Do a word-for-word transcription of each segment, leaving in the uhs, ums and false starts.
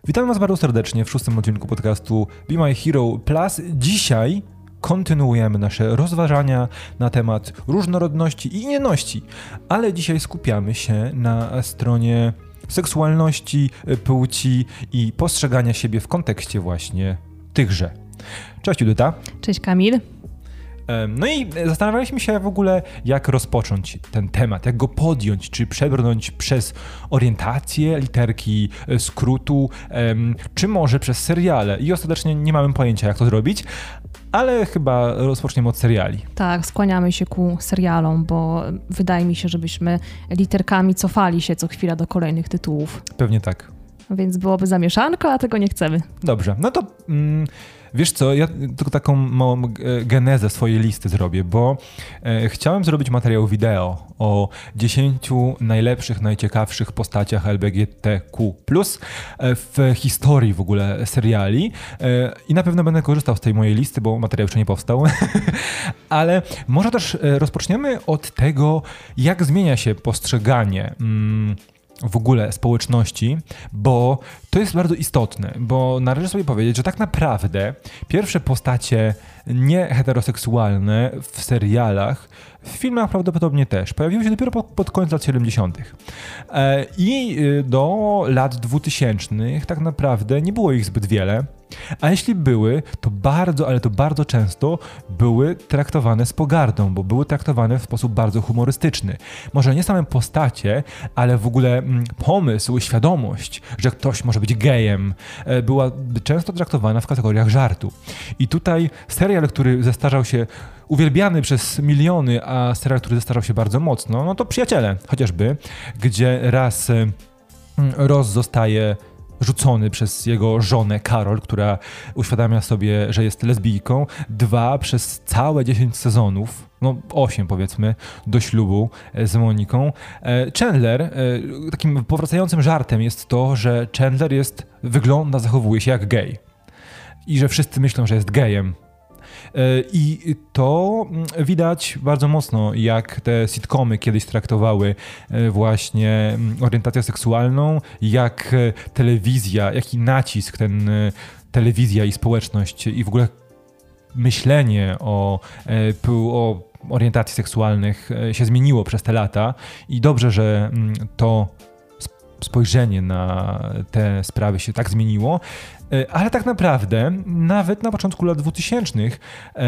Witam Was bardzo serdecznie w szóstym odcinku podcastu Be My Hero Plus. Dzisiaj kontynuujemy nasze rozważania na temat różnorodności i inności, ale dzisiaj skupiamy się na stronie seksualności, płci i postrzegania siebie w kontekście właśnie tychże. Cześć Judyta. Cześć Kamil. No i zastanawialiśmy się w ogóle, jak rozpocząć ten temat, jak go podjąć, czy przebrnąć przez orientację, literki skrótu, czy może przez seriale. I ostatecznie nie mamy pojęcia, jak to zrobić, ale chyba rozpoczniemy od seriali. Tak, skłaniamy się ku serialom, bo wydaje mi się, żebyśmy literkami cofali się co chwila do kolejnych tytułów. Pewnie tak. Więc byłoby zamieszanko, a tego nie chcemy. Dobrze, no to... Mm, Wiesz co, ja tylko taką małą genezę swojej listy zrobię, bo e, chciałem zrobić materiał wideo o dziesięciu najlepszych, najciekawszych postaciach L G B T Q plus w historii w ogóle seriali e, i na pewno będę korzystał z tej mojej listy, bo materiał jeszcze nie powstał, ale może też rozpoczniemy od tego, jak zmienia się postrzeganie mm, w ogóle społeczności, bo to jest bardzo istotne, bo należy sobie powiedzieć, że tak naprawdę pierwsze postacie nieheteroseksualne w serialach, w filmach prawdopodobnie też, pojawiły się dopiero pod, pod koniec lat siedemdziesiątych. E, I do lat dwutysięcznych tak naprawdę nie było ich zbyt wiele, a jeśli były, to bardzo, ale to bardzo często były traktowane z pogardą, bo były traktowane w sposób bardzo humorystyczny. Może nie same postacie, ale w ogóle mm, pomysł, świadomość, że ktoś może być gejem, e, była często traktowana w kategoriach żartu. I tutaj serial, który zestarzał się, uwielbiany przez miliony, a serial, który zestarzał się bardzo mocno, no to Przyjaciele chociażby, gdzie raz y, Ross zostaje rzucony przez jego żonę Carol, która uświadamia sobie, że jest lesbijką. Dwa, przez całe dziesięć sezonów, no osiem powiedzmy, do ślubu z Moniką. Chandler, takim powracającym żartem jest to, że Chandler jest, wygląda, zachowuje się jak gej. I że wszyscy myślą, że jest gejem. I to widać bardzo mocno, jak te sitcomy kiedyś traktowały właśnie orientację seksualną, jak telewizja, jaki nacisk ten telewizja i społeczność i w ogóle myślenie o, o orientacji seksualnych się zmieniło przez te lata i dobrze, że to spojrzenie na te sprawy się tak zmieniło. Ale tak naprawdę, nawet na początku lat dwutysięcznych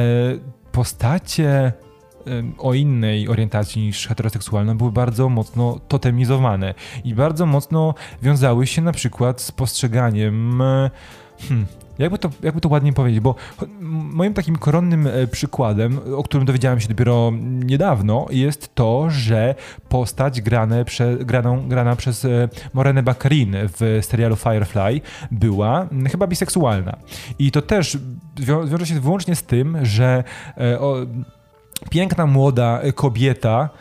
postacie o innej orientacji niż heteroseksualna były bardzo mocno totemizowane i bardzo mocno wiązały się na przykład z postrzeganiem... Hmm, Jakby to, jakby to ładnie powiedzieć, bo moim takim koronnym przykładem, o którym dowiedziałem się dopiero niedawno, jest to, że postać grane prze, graną, grana przez Morenę Baccarin w serialu Firefly była chyba biseksualna. I to też wią, wiąże się wyłącznie z tym, że o, piękna młoda kobieta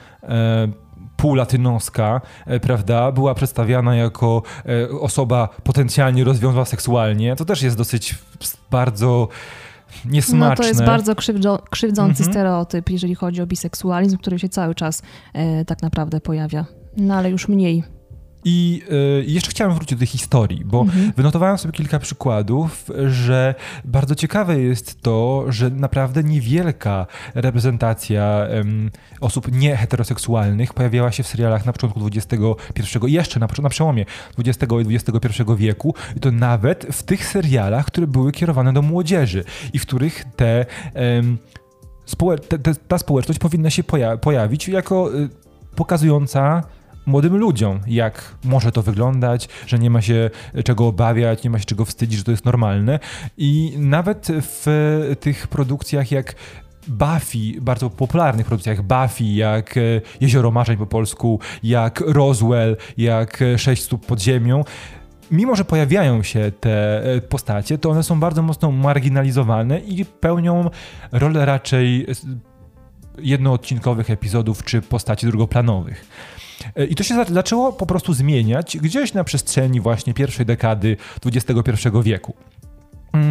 półlatynoska, prawda, była przedstawiana jako osoba potencjalnie rozwiązła seksualnie. To też jest dosyć bardzo niesmaczne. No to jest bardzo krzywdzo, krzywdzący mhm. stereotyp, jeżeli chodzi o biseksualizm, który się cały czas e, tak naprawdę pojawia. No ale już mniej. I y, jeszcze chciałem wrócić do tej historii, bo mhm. wynotowałem sobie kilka przykładów, że bardzo ciekawe jest to, że naprawdę niewielka reprezentacja um, osób nieheteroseksualnych pojawiała się w serialach na początku dwudziestego pierwszego i jeszcze na, na przełomie dwudziestego i dwudziestego pierwszego wieku i to nawet w tych serialach, które były kierowane do młodzieży i w których te, um, społe- te, te, ta społeczność powinna się poja- pojawić jako y, pokazująca młodym ludziom, jak może to wyglądać, że nie ma się czego obawiać, nie ma się czego wstydzić, że to jest normalne. I nawet w tych produkcjach jak Buffy, bardzo popularnych produkcjach jak Buffy, jak Jezioro Marzeń po polsku, jak Roswell, jak Sześć stóp pod ziemią, mimo że pojawiają się te postacie, to one są bardzo mocno marginalizowane i pełnią rolę raczej jednoodcinkowych epizodów czy postaci drugoplanowych. I to się zaczęło po prostu zmieniać gdzieś na przestrzeni właśnie pierwszej dekady dwudziestego pierwszego wieku.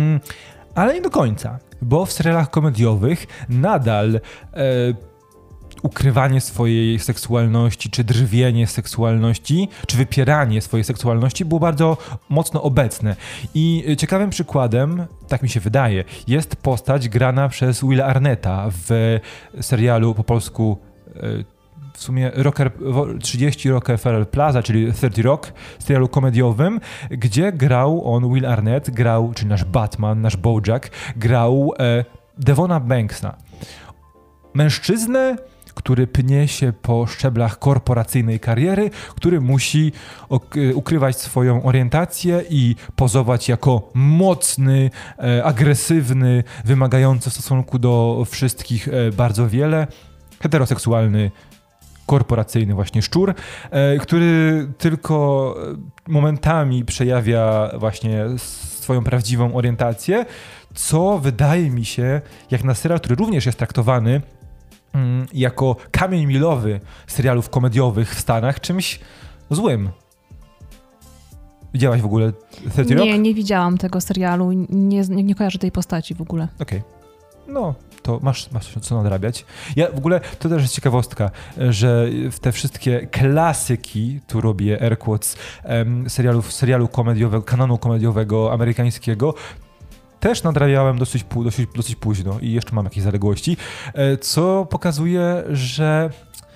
Ale nie do końca, bo w serialach komediowych nadal e, ukrywanie swojej seksualności, czy drwienie z seksualności, czy wypieranie swojej seksualności było bardzo mocno obecne. I ciekawym przykładem, tak mi się wydaje, jest postać grana przez Willa Arnetta w serialu po polsku w sumie Rocker, trzydzieści Rockefeller Plaza, czyli trzydzieści Rock, serialu komediowym, gdzie grał on, Will Arnett, grał, czyli nasz Batman, nasz Bojack, grał e, Devona Banksa. Mężczyznę, który pnie się po szczeblach korporacyjnej kariery, który musi ukrywać swoją orientację i pozować jako mocny, e, agresywny, wymagający w stosunku do wszystkich e, bardzo wiele, heteroseksualny, korporacyjny właśnie szczur, e, który tylko momentami przejawia właśnie swoją prawdziwą orientację, co wydaje mi się, jak na serial, który również jest traktowany mm, jako kamień milowy serialów komediowych w Stanach, czymś złym. Widziałaś w ogóle trzydzieści Rock? Nie, nie widziałam tego serialu, nie, nie, nie kojarzę tej postaci w ogóle. Okej. Okay. No, to masz, masz co nadrabiać. Ja w ogóle, to też jest ciekawostka, że w te wszystkie klasyki, tu robię air quotes, um, serialów, serialu komediowego, kanonu komediowego amerykańskiego, też nadrabiałem dosyć, dosyć, dosyć późno i jeszcze mam jakieś zaległości, co pokazuje, że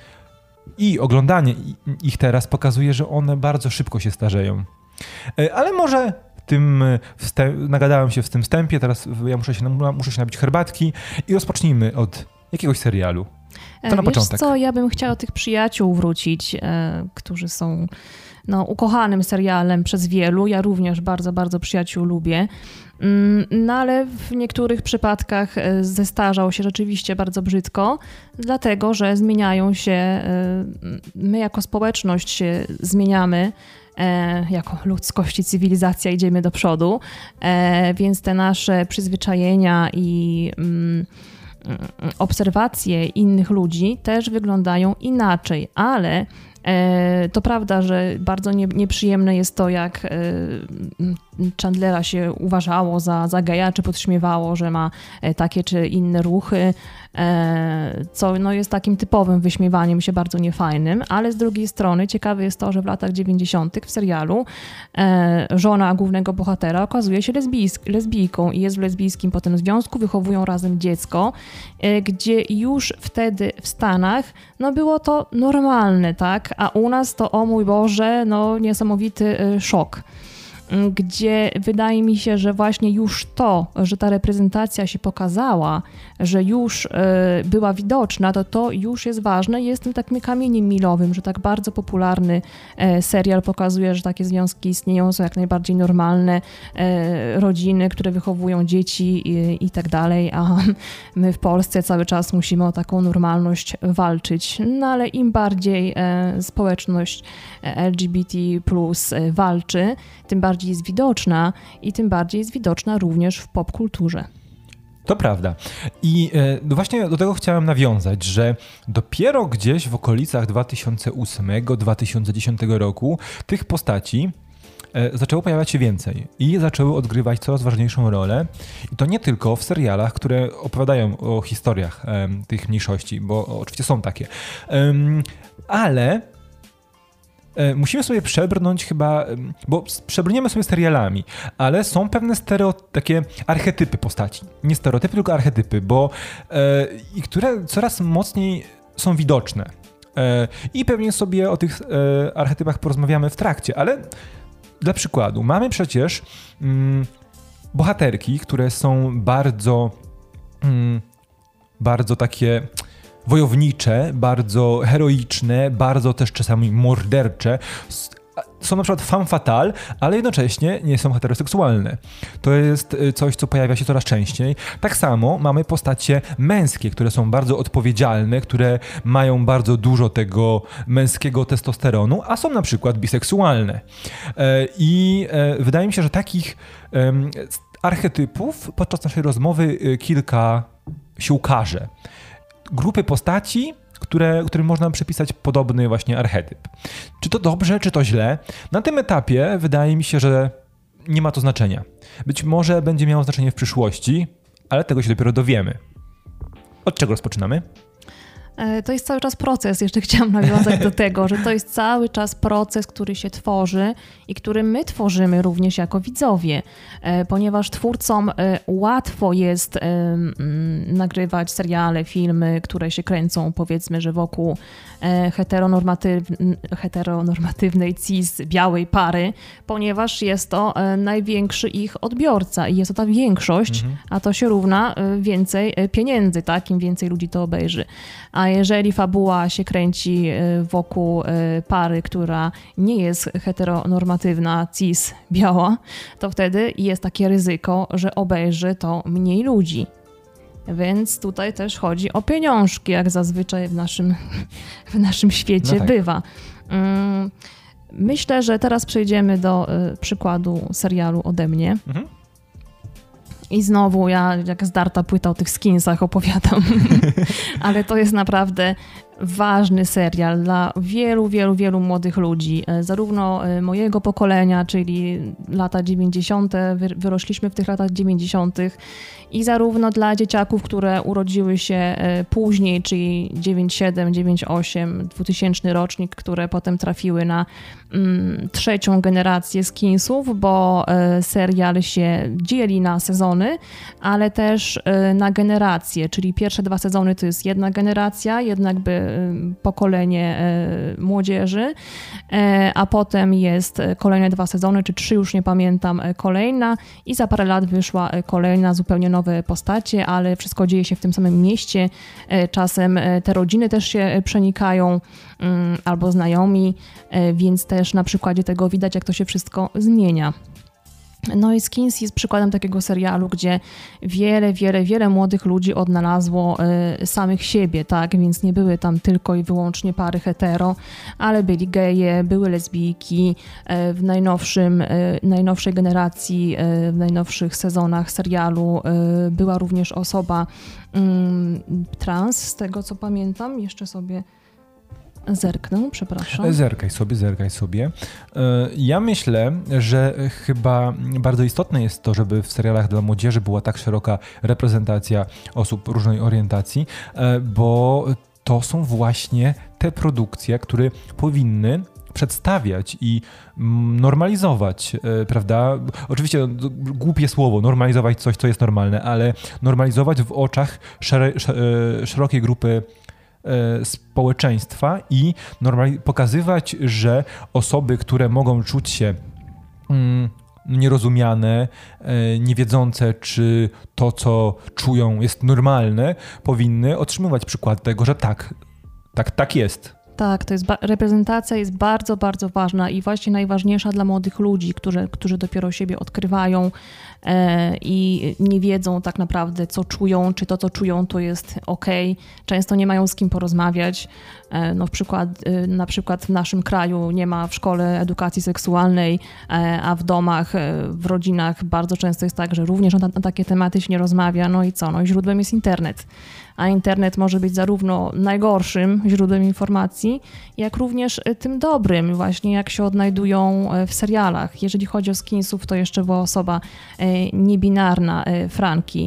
i oglądanie ich teraz pokazuje, że one bardzo szybko się starzeją. Ale może tym wstęp, nagadałem się w tym wstępie, teraz ja muszę się, muszę się napić herbatki i rozpocznijmy od jakiegoś serialu. To na Wiesz początek. co, ja bym chciała tych przyjaciół wrócić, e, którzy są no, ukochanym serialem przez wielu. Ja również bardzo, bardzo Przyjaciół lubię. No ale w niektórych przypadkach zestarzał się rzeczywiście bardzo brzydko, dlatego że zmieniają się, my jako społeczność się zmieniamy, jako ludzkość i cywilizacja idziemy do przodu, więc te nasze przyzwyczajenia i obserwacje innych ludzi też wyglądają inaczej, ale to prawda, że bardzo nie, nieprzyjemne jest to, jak Chandlera się uważało za, za geja, czy podśmiewało, że ma takie czy inne ruchy, co no, jest takim typowym wyśmiewaniem się bardzo niefajnym, ale z drugiej strony ciekawe jest to, że w latach dziewięćdziesiątych w serialu żona głównego bohatera okazuje się lesbijsk, lesbijką i jest w lesbijskim potem związku, wychowują razem dziecko, gdzie już wtedy w Stanach no, było to normalne, tak? A u nas to, o mój Boże, no niesamowity szok. Gdzie wydaje mi się, że właśnie już to, że ta reprezentacja się pokazała, że już y, była widoczna, to to już jest ważne i jest tym takim kamieniem milowym, że tak bardzo popularny y, serial pokazuje, że takie związki istnieją, są jak najbardziej normalne, y, rodziny, które wychowują dzieci i, i tak dalej, a my w Polsce cały czas musimy o taką normalność walczyć. No ale im bardziej y, społeczność L G B T plus y, walczy, tym bardziej jest widoczna i tym bardziej jest widoczna również w popkulturze. To prawda. I no właśnie do tego chciałem nawiązać, że dopiero gdzieś w okolicach dwa tysiące ósmego do dwa tysiące dziesiątego roku tych postaci zaczęło pojawiać się więcej i zaczęły odgrywać coraz ważniejszą rolę. I to nie tylko w serialach, które opowiadają o historiach um, tych mniejszości, bo oczywiście są takie. Um, ale musimy sobie przebrnąć chyba, bo przebrniemy sobie serialami, ale są pewne stereo, takie archetypy postaci. Nie stereotypy, tylko archetypy, bo e, i które coraz mocniej są widoczne. E, I pewnie sobie o tych e, archetypach porozmawiamy w trakcie, ale dla przykładu mamy przecież mm, bohaterki, które są bardzo, mm, bardzo takie wojownicze, bardzo heroiczne, bardzo też czasami mordercze. Są na przykład femme fatale, ale jednocześnie nie są heteroseksualne. To jest coś, co pojawia się coraz częściej. Tak samo mamy postacie męskie, które są bardzo odpowiedzialne, które mają bardzo dużo tego męskiego testosteronu, a są na przykład biseksualne. I wydaje mi się, że takich archetypów podczas naszej rozmowy kilka się ukaże. Grupy postaci, które, którym można przypisać podobny właśnie archetyp. Czy to dobrze, czy to źle? Na tym etapie wydaje mi się, że nie ma to znaczenia. Być może będzie miało znaczenie w przyszłości, ale tego się dopiero dowiemy. Od czego rozpoczynamy? To jest cały czas proces, jeszcze chciałam nawiązać do tego, że to jest cały czas proces, który się tworzy i który my tworzymy również jako widzowie, ponieważ twórcom łatwo jest nagrywać seriale, filmy, które się kręcą powiedzmy, że wokół heteronormatyw- heteronormatywnej cis białej pary, ponieważ jest to największy ich odbiorca i jest to ta większość, mhm. a to się równa więcej pieniędzy, tak? Im więcej ludzi to obejrzy. A jeżeli fabuła się kręci wokół pary, która nie jest heteronormatywna, cis, biała, to wtedy jest takie ryzyko, że obejrzy to mniej ludzi. Więc tutaj też chodzi o pieniążki, jak zazwyczaj w naszym, w naszym świecie no tak. bywa. Myślę, że teraz przejdziemy do przykładu serialu Ode mnie. Mhm. I znowu ja jak zdarta płyta o tych skinsach opowiadam, ale to jest naprawdę ważny serial dla wielu, wielu, wielu młodych ludzi, zarówno mojego pokolenia, czyli lata dziewięćdziesiąte, wyrośliśmy w tych latach dziewięćdziesiątych i zarówno dla dzieciaków, które urodziły się później, czyli dziewięćdziesiąt siedem, dziewięćdziesiąt osiem, dwutysięczny rocznik, które potem trafiły na mm, trzecią generację skinsów, bo y, serial się dzieli na sezony, ale też y, na generacje, czyli pierwsze dwa sezony to jest jedna generacja, jednak by y, pokolenie y, młodzieży, y, a potem jest kolejne dwa sezony, czy trzy, już nie pamiętam, y, kolejna i za parę lat wyszła y, kolejna, zupełnie nowa nowe postacie, ale wszystko dzieje się w tym samym mieście. Czasem te rodziny też się przenikają albo znajomi, więc też na przykładzie tego widać, jak to się wszystko zmienia. No i Skins jest przykładem takiego serialu, gdzie wiele, wiele, wiele młodych ludzi odnalazło y, samych siebie, tak? Więc nie były tam tylko i wyłącznie pary hetero, ale byli geje, były lesbijki. Y, w najnowszym, y, najnowszej generacji, y, w najnowszych sezonach serialu y, była również osoba y, trans, z tego co pamiętam. Jeszcze sobie zerknę, przepraszam. Zerkaj sobie, zerkaj sobie. Ja myślę, że chyba bardzo istotne jest to, żeby w serialach dla młodzieży była tak szeroka reprezentacja osób różnej orientacji, bo to są właśnie te produkcje, które powinny przedstawiać i normalizować, prawda? Oczywiście głupie słowo, normalizować coś, co jest normalne, ale normalizować w oczach szere, szerokiej grupy społeczeństwa i normalnie pokazywać, że osoby, które mogą czuć się mm, nierozumiane, niewiedzące, czy to, co czują, jest normalne, powinny otrzymywać przykład tego, że tak, tak, tak jest. Tak, to jest ba- reprezentacja jest bardzo, bardzo ważna i właśnie najważniejsza dla młodych ludzi, którzy, którzy dopiero siebie odkrywają e, i nie wiedzą tak naprawdę, co czują, czy to, co czują, to jest okej. Często nie mają z kim porozmawiać. E, no, w przykład, e, na przykład w naszym kraju nie ma w szkole edukacji seksualnej, e, a w domach, e, w rodzinach bardzo często jest tak, że również na, na takie tematy się nie rozmawia. No i co? No i źródłem jest internet. A internet może być zarówno najgorszym źródłem informacji, jak również tym dobrym, właśnie jak się odnajdują w serialach. Jeżeli chodzi o Skinsów, to jeszcze była osoba niebinarna, Franki,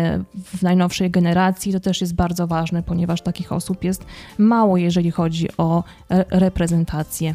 w najnowszej generacji. To też jest bardzo ważne, ponieważ takich osób jest mało, jeżeli chodzi o reprezentację.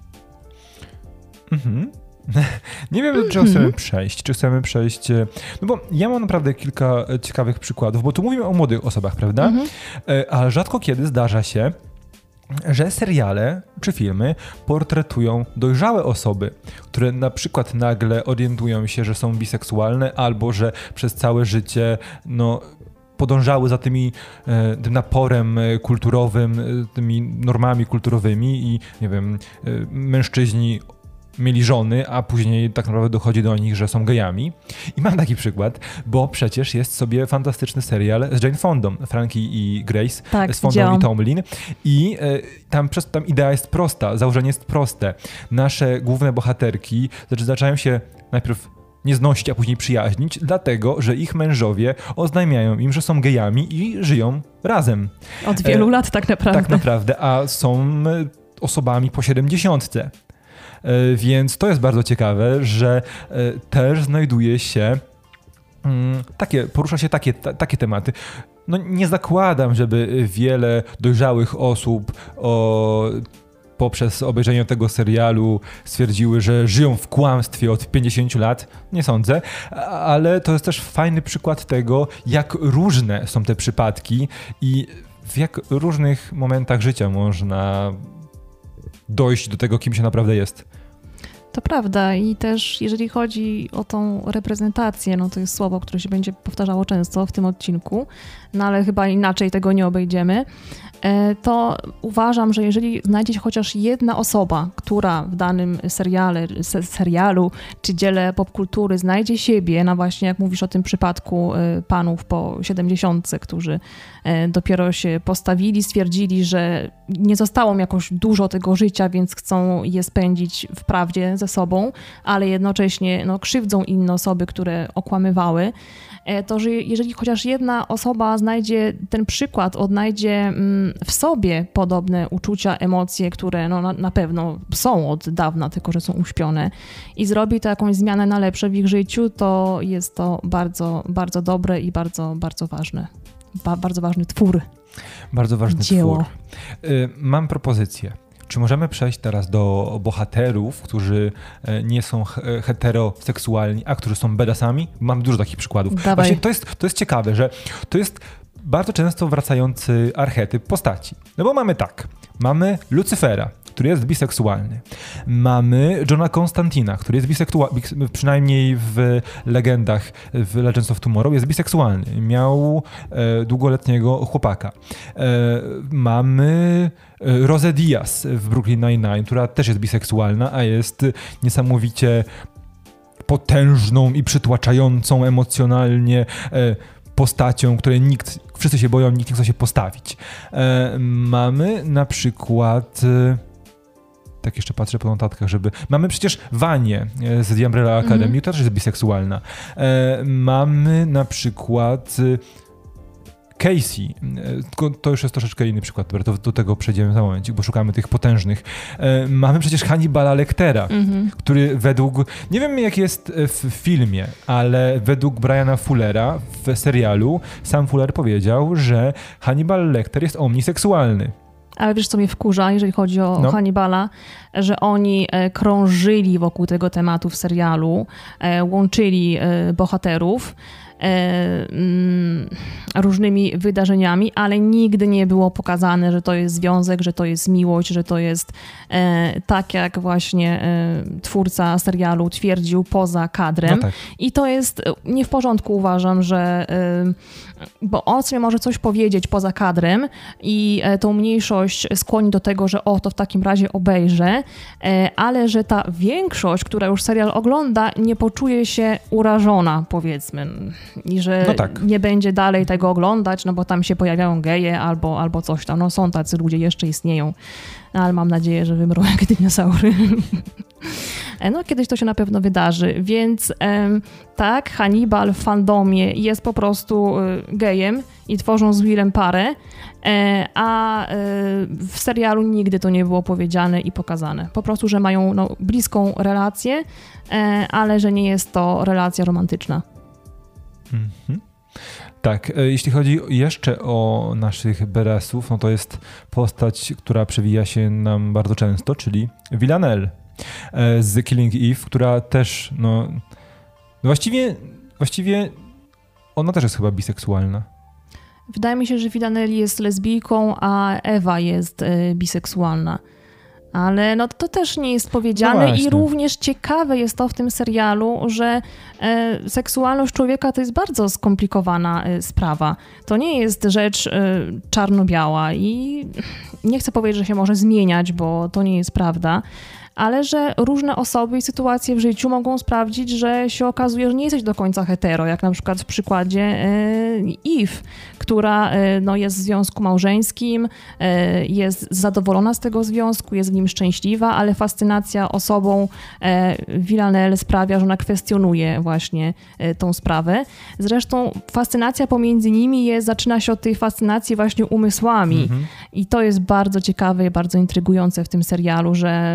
Mhm. Nie wiem, czy chcemy przejść, czy chcemy przejść, no bo ja mam naprawdę kilka ciekawych przykładów, bo tu mówimy o młodych osobach, prawda? Mhm. Ale rzadko kiedy zdarza się, że seriale czy filmy portretują dojrzałe osoby, które na przykład nagle orientują się, że są biseksualne albo że przez całe życie, no, podążały za tymi, tym naporem kulturowym, tymi normami kulturowymi i, nie wiem, mężczyźni mieli żony, a później tak naprawdę dochodzi do nich, że są gejami. I mam taki przykład, bo przecież jest sobie fantastyczny serial z Jane Fondą, Frankie i Grace, tak, z Fondą widziałam. i Tomlin. I y, tam, przez, tam idea jest prosta, założenie jest proste. Nasze główne bohaterki zaczynają się najpierw nie znosić, a później przyjaźnić, dlatego, że ich mężowie oznajmiają im, że są gejami i żyją razem. Od wielu e, lat tak naprawdę. Tak naprawdę, a są osobami po siedemdziesiątce. Więc to jest bardzo ciekawe, że też znajduje się takie, porusza się takie, t- takie tematy. no nie zakładam, żeby wiele dojrzałych osób o, poprzez obejrzenie tego serialu stwierdziły, że żyją w kłamstwie od pięćdziesięciu lat. Nie sądzę, ale to jest też fajny przykład tego, jak różne są te przypadki i w jak różnych momentach życia można dojść do tego, kim się naprawdę jest. To prawda i też jeżeli chodzi o tą reprezentację, no to jest słowo, które się będzie powtarzało często w tym odcinku, no ale chyba inaczej tego nie obejdziemy, to uważam, że jeżeli znajdzie się chociaż jedna osoba, która w danym seriale, serialu czy dziele popkultury znajdzie siebie, no właśnie jak mówisz o tym przypadku panów po siedemdziesiątce, którzy dopiero się postawili, stwierdzili, że nie zostało im jakoś dużo tego życia, więc chcą je spędzić w prawdzie ze sobą, ale jednocześnie no, krzywdzą inne osoby, które okłamywały, to że jeżeli chociaż jedna osoba znajdzie ten przykład, odnajdzie w sobie podobne uczucia, emocje, które no, na, na pewno są od dawna, tylko że są uśpione i zrobi to jakąś zmianę na lepsze w ich życiu, to jest to bardzo, bardzo dobre i bardzo, bardzo ważne. Ba- bardzo ważny twór. Bardzo ważny Dzieło. twór. Y, mam propozycję. Czy możemy przejść teraz do bohaterów, którzy nie są heteroseksualni, a którzy są bedasami? Mamy dużo takich przykładów. Dawaj. Właśnie to jest, to jest ciekawe, że to jest bardzo często wracający archetyp postaci. No bo mamy tak, mamy Lucyfera, który jest biseksualny. Mamy Johna Konstantina, który jest biseksualny, przynajmniej w legendach, w Legends of Tomorrow jest biseksualny. Miał e, długoletniego chłopaka. E, mamy Rosę Diaz w Brooklyn Nine-Nine, która też jest biseksualna, a jest niesamowicie potężną i przytłaczającą emocjonalnie e, postacią, której nikt, wszyscy się boją, nikt nie chce się postawić. E, mamy na przykład... E, tak jeszcze patrzę po notatkach, żeby... Mamy przecież Vanię z The Umbrella Academy, mm-hmm. która też jest biseksualna. E, mamy na przykład Casey, e, to już jest troszeczkę inny przykład, dobra, to do tego przejdziemy za moment, bo szukamy tych potężnych. E, mamy przecież Hannibala Lectera, mm-hmm. który według... Nie wiem jak jest w filmie, ale według Briana Fullera w serialu sam Fuller powiedział, że Hannibal Lecter jest omniseksualny. Ale wiesz, co mnie wkurza, jeżeli chodzi o no. Hannibala, że oni e, krążyli wokół tego tematu w serialu, e, łączyli e, bohaterów e, mm, różnymi wydarzeniami, ale nigdy nie było pokazane, że to jest związek, że to jest miłość, że to jest e, tak, jak właśnie e, twórca serialu twierdził poza kadrem. No tak. I to jest nie w porządku, uważam, że e, bo on sobie może coś powiedzieć poza kadrem i tą mniejszość skłoni do tego, że o, to w takim razie obejrzę, ale że ta większość, która już serial ogląda, nie poczuje się urażona, powiedzmy, i że no tak. nie będzie dalej tego oglądać, no bo tam się pojawiają geje albo, albo coś tam. No są tacy ludzie, jeszcze istnieją, ale mam nadzieję, że wymrą jak dinozaury. No kiedyś to się na pewno wydarzy, więc em, tak, Hannibal w fandomie jest po prostu y, gejem i tworzą z Willem parę, e, a y, w serialu nigdy to nie było powiedziane i pokazane. Po prostu, że mają no, bliską relację, e, ale że nie jest to relacja romantyczna. Mm-hmm. Tak, jeśli chodzi jeszcze o naszych Beresów, no to jest postać, która przewija się nam bardzo często, czyli Villanelle z The Killing Eve, która też, no, no właściwie, właściwie ona też jest chyba biseksualna. Wydaje mi się, że Villanelle jest lesbijką, a Ewa jest y, biseksualna. Ale no to też nie jest powiedziane no i również ciekawe jest to w tym serialu, że e, seksualność człowieka to jest bardzo skomplikowana e, sprawa. To nie jest rzecz e, czarno-biała i nie chcę powiedzieć, że się może zmieniać, bo to nie jest prawda, ale że różne osoby i sytuacje w życiu mogą sprawdzić, że się okazuje, że nie jesteś do końca hetero, jak na przykład w przykładzie e, Eve, która e, no, jest w związku małżeńskim, e, jest zadowolona z tego związku, jest w nim szczęśliwa, ale fascynacja osobą e, Villanelle sprawia, że ona kwestionuje właśnie e, tą sprawę. Zresztą fascynacja pomiędzy nimi jest, zaczyna się od tej fascynacji właśnie umysłami mm-hmm. i to jest bardzo ciekawe i bardzo intrygujące w tym serialu, że Eve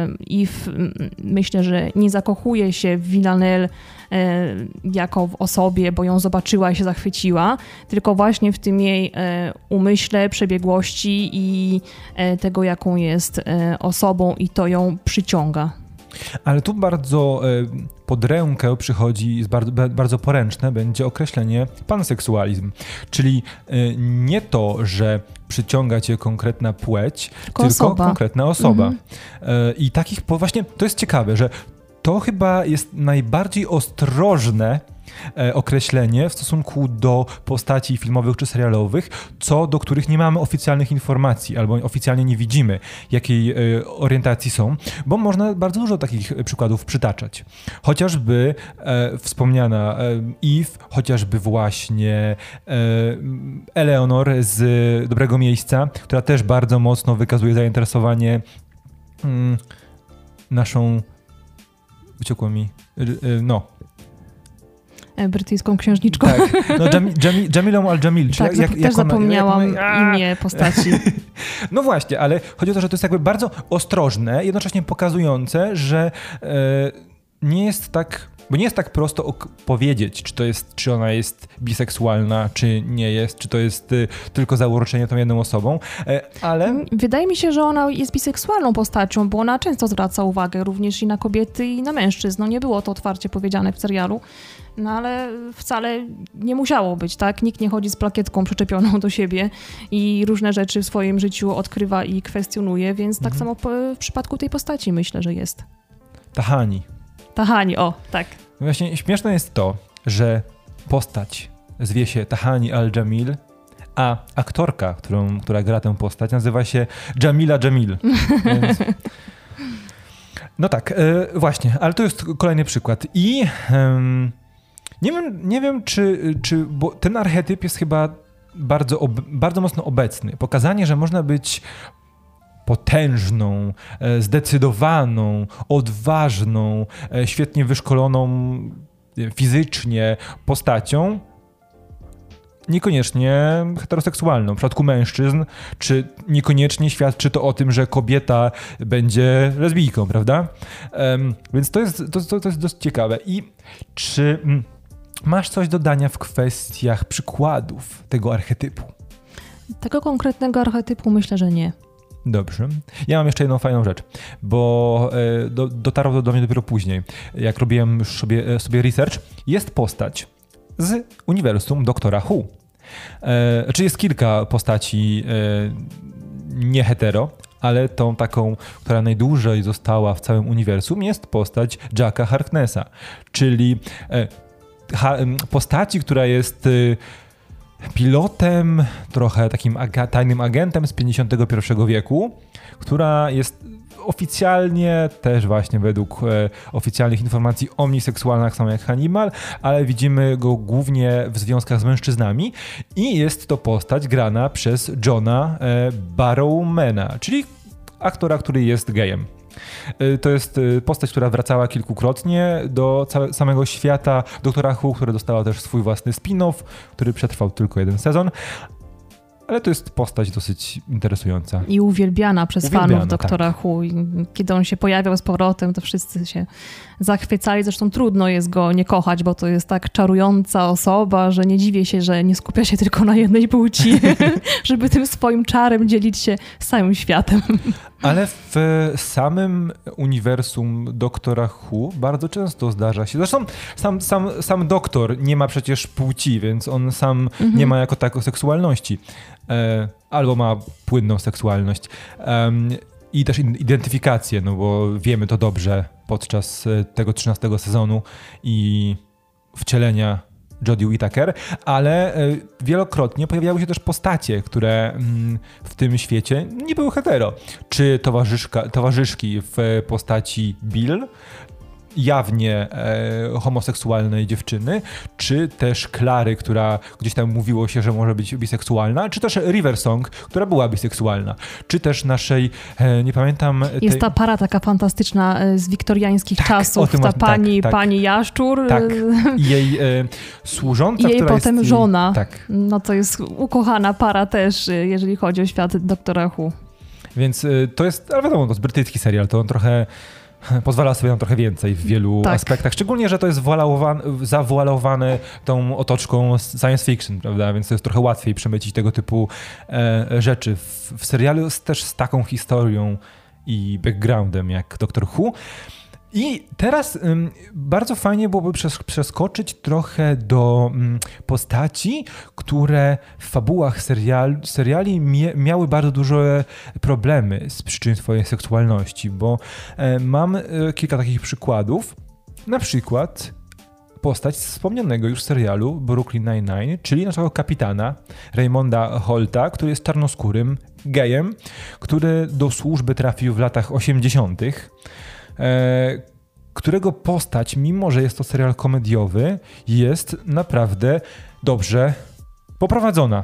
Eve myślę, że nie zakochuje się w Villanelle jako w osobie, bo ją zobaczyła i się zachwyciła, tylko właśnie w tym jej umyśle, przebiegłości i tego, jaką jest osobą i to ją przyciąga. Ale tu bardzo pod rękę przychodzi, jest bardzo, bardzo poręczne będzie określenie panseksualizm, czyli nie to, że przyciąga cię konkretna płeć, tylko, tylko osoba. konkretna osoba. Mhm. I takich, właśnie to jest ciekawe, że to chyba jest najbardziej ostrożne określenie w stosunku do postaci filmowych czy serialowych, co do których nie mamy oficjalnych informacji albo oficjalnie nie widzimy, jakiej orientacji są, bo można bardzo dużo takich przykładów przytaczać. Chociażby e, wspomniana e, Eve, chociażby właśnie e, Eleanor z Dobrego Miejsca, która też bardzo mocno wykazuje zainteresowanie mm, naszą... Uciekło mi... no... brytyjską księżniczką. Tak, no Jami, Jami, Jamilą Al-Jamil. Tak, jak, jak, też jak ona, zapomniałam jak, imię postaci. No właśnie, ale chodzi o to, że to jest jakby bardzo ostrożne, jednocześnie pokazujące, że e, nie jest tak, bo nie jest tak prosto ok- powiedzieć, czy to jest, czy ona jest biseksualna, czy nie jest, czy to jest y, tylko zauroczenie tą jedną osobą, e, ale... Wydaje mi się, że ona jest biseksualną postacią, bo ona często zwraca uwagę również i na kobiety, i na mężczyzn. No nie było to otwarcie powiedziane w serialu. No ale wcale nie musiało być, tak? Nikt nie chodzi z plakietką przyczepioną do siebie i różne rzeczy w swoim życiu odkrywa i kwestionuje, więc mhm. tak samo w przypadku tej postaci myślę, że jest. Tahani. Tahani, o, tak. Właśnie śmieszne jest to, że postać zwie się Tahani Al-Jamil, a aktorka, którą, która gra tę postać, nazywa się Jamila Jamil. Więc... No tak, yy, właśnie, ale to jest kolejny przykład. I... Yy, Nie wiem, nie wiem czy, czy, bo ten archetyp jest chyba bardzo, ob, bardzo mocno obecny. Pokazanie, że można być potężną, zdecydowaną, odważną, świetnie wyszkoloną fizycznie postacią, niekoniecznie heteroseksualną. W przypadku mężczyzn, czy niekoniecznie świadczy to o tym, że kobieta będzie lesbijką, prawda? Um, więc to jest, to, to jest dość ciekawe. I czy... Masz coś do dodania w kwestiach przykładów tego archetypu? Tego konkretnego archetypu myślę, że nie. Dobrze. Ja mam jeszcze jedną fajną rzecz, bo e, do, dotarło to do mnie dopiero później, jak robiłem już sobie, sobie research. Jest postać z uniwersum Doktora Who. E, znaczy jest kilka postaci e, nie hetero, ale tą taką, która najdłużej została w całym uniwersum, jest postać Jacka Harknessa, czyli e, ha, postaci, która jest y, pilotem, trochę takim aga- tajnym agentem z pięćdziesiątego pierwszego wieku, która jest oficjalnie też właśnie według e, oficjalnych informacji omniseksualna, tak samo jak Hannibal, ale widzimy go głównie w związkach z mężczyznami i jest to postać grana przez Johna e, Barrowmana, czyli aktora, który jest gejem. To jest postać, która wracała kilkukrotnie do całe, samego świata Doktora Who, która dostała też swój własny spin-off, który przetrwał tylko jeden sezon. Ale to jest postać dosyć interesująca. I uwielbiana przez uwielbiana, fanów Doktora tak. Who. I kiedy on się pojawiał z powrotem, to wszyscy się zachwycali. Zresztą trudno jest go nie kochać, bo to jest tak czarująca osoba, że nie dziwię się, że nie skupia się tylko na jednej płci, żeby tym swoim czarem dzielić się z całym światem. Ale w samym uniwersum Doktora Who bardzo często zdarza się. Zresztą sam, sam, sam doktor nie ma przecież płci, więc on sam mhm. nie ma jako tako seksualności. E, albo ma płynną seksualność. E, I też identyfikację, no bo wiemy to dobrze podczas tego trzynastego sezonu i wcielenia Jodie Whittaker, ale wielokrotnie pojawiały się też postacie, które w tym świecie nie były hetero. Czy towarzyszka, towarzyszki w postaci Bill, jawnie e, homoseksualnej dziewczyny, czy też Klary, która gdzieś tam mówiło się, że może być biseksualna, czy też River Song, która była biseksualna, czy też naszej, e, nie pamiętam... Tej... Jest ta para taka fantastyczna e, z wiktoriańskich tak, czasów, ta właśnie, pani, tak, tak. pani Jaszczur. Tak, i jej e, służąca, I jej która potem jest żona. Jej, tak. No to jest ukochana para też, jeżeli chodzi o świat Doktora Who. Więc e, to jest, ale wiadomo, to jest brytyjski serial, to on trochę pozwala sobie na trochę więcej w wielu tak. aspektach. Szczególnie, że to jest zawoalowane tą otoczką science fiction, prawda? Więc to jest trochę łatwiej przemycić tego typu e, rzeczy. W, w serialu też z taką historią i backgroundem jak Doctor Who. I teraz ym, bardzo fajnie byłoby przes- przeskoczyć trochę do ym, postaci, które w fabułach serial, seriali mie- miały bardzo duże problemy z przyczyn swojej seksualności, bo y, mam y, kilka takich przykładów. Na przykład postać z wspomnianego już serialu Brooklyn Nine-Nine, czyli naszego kapitana Raymonda Holta, który jest czarnoskórym gejem, który do służby trafił w latach osiemdziesiątych. E, którego postać, mimo że jest to serial komediowy, jest naprawdę dobrze poprowadzona.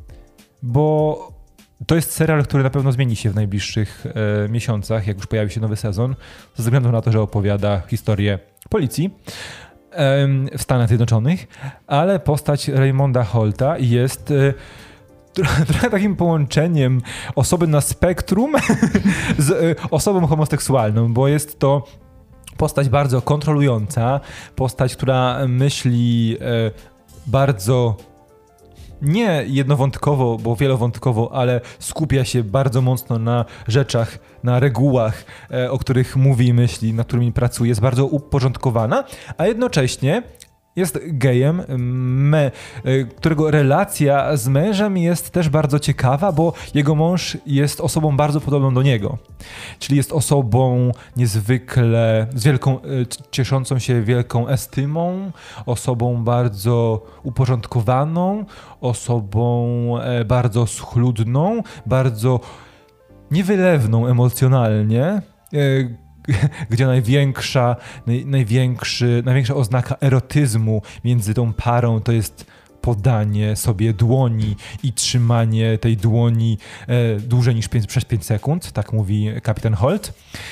Bo to jest serial, który na pewno zmieni się w najbliższych e, miesiącach, jak już pojawi się nowy sezon, ze względu na to, że opowiada historię policji e, w Stanach Zjednoczonych, ale postać Raymonda Holta jest e, trochę takim połączeniem osoby na spektrum z y, osobą homoseksualną, bo jest to postać bardzo kontrolująca, postać, która myśli y, bardzo nie jednowątkowo, bo wielowątkowo, ale skupia się bardzo mocno na rzeczach, na regułach, y, o których mówi i myśli, nad którymi pracuje, jest bardzo uporządkowana, a jednocześnie jest gejem, me, którego relacja z mężem jest też bardzo ciekawa, bo jego mąż jest osobą bardzo podobną do niego. Czyli jest osobą niezwykle, z wielką, cieszącą się wielką estymą, osobą bardzo uporządkowaną, osobą bardzo schludną, bardzo niewylewną emocjonalnie, gdzie największa, naj, największy, największa oznaka erotyzmu między tą parą to jest podanie sobie dłoni i trzymanie tej dłoni e, dłużej niż pięć, przez pięć sekund, tak mówi kapitan Holt.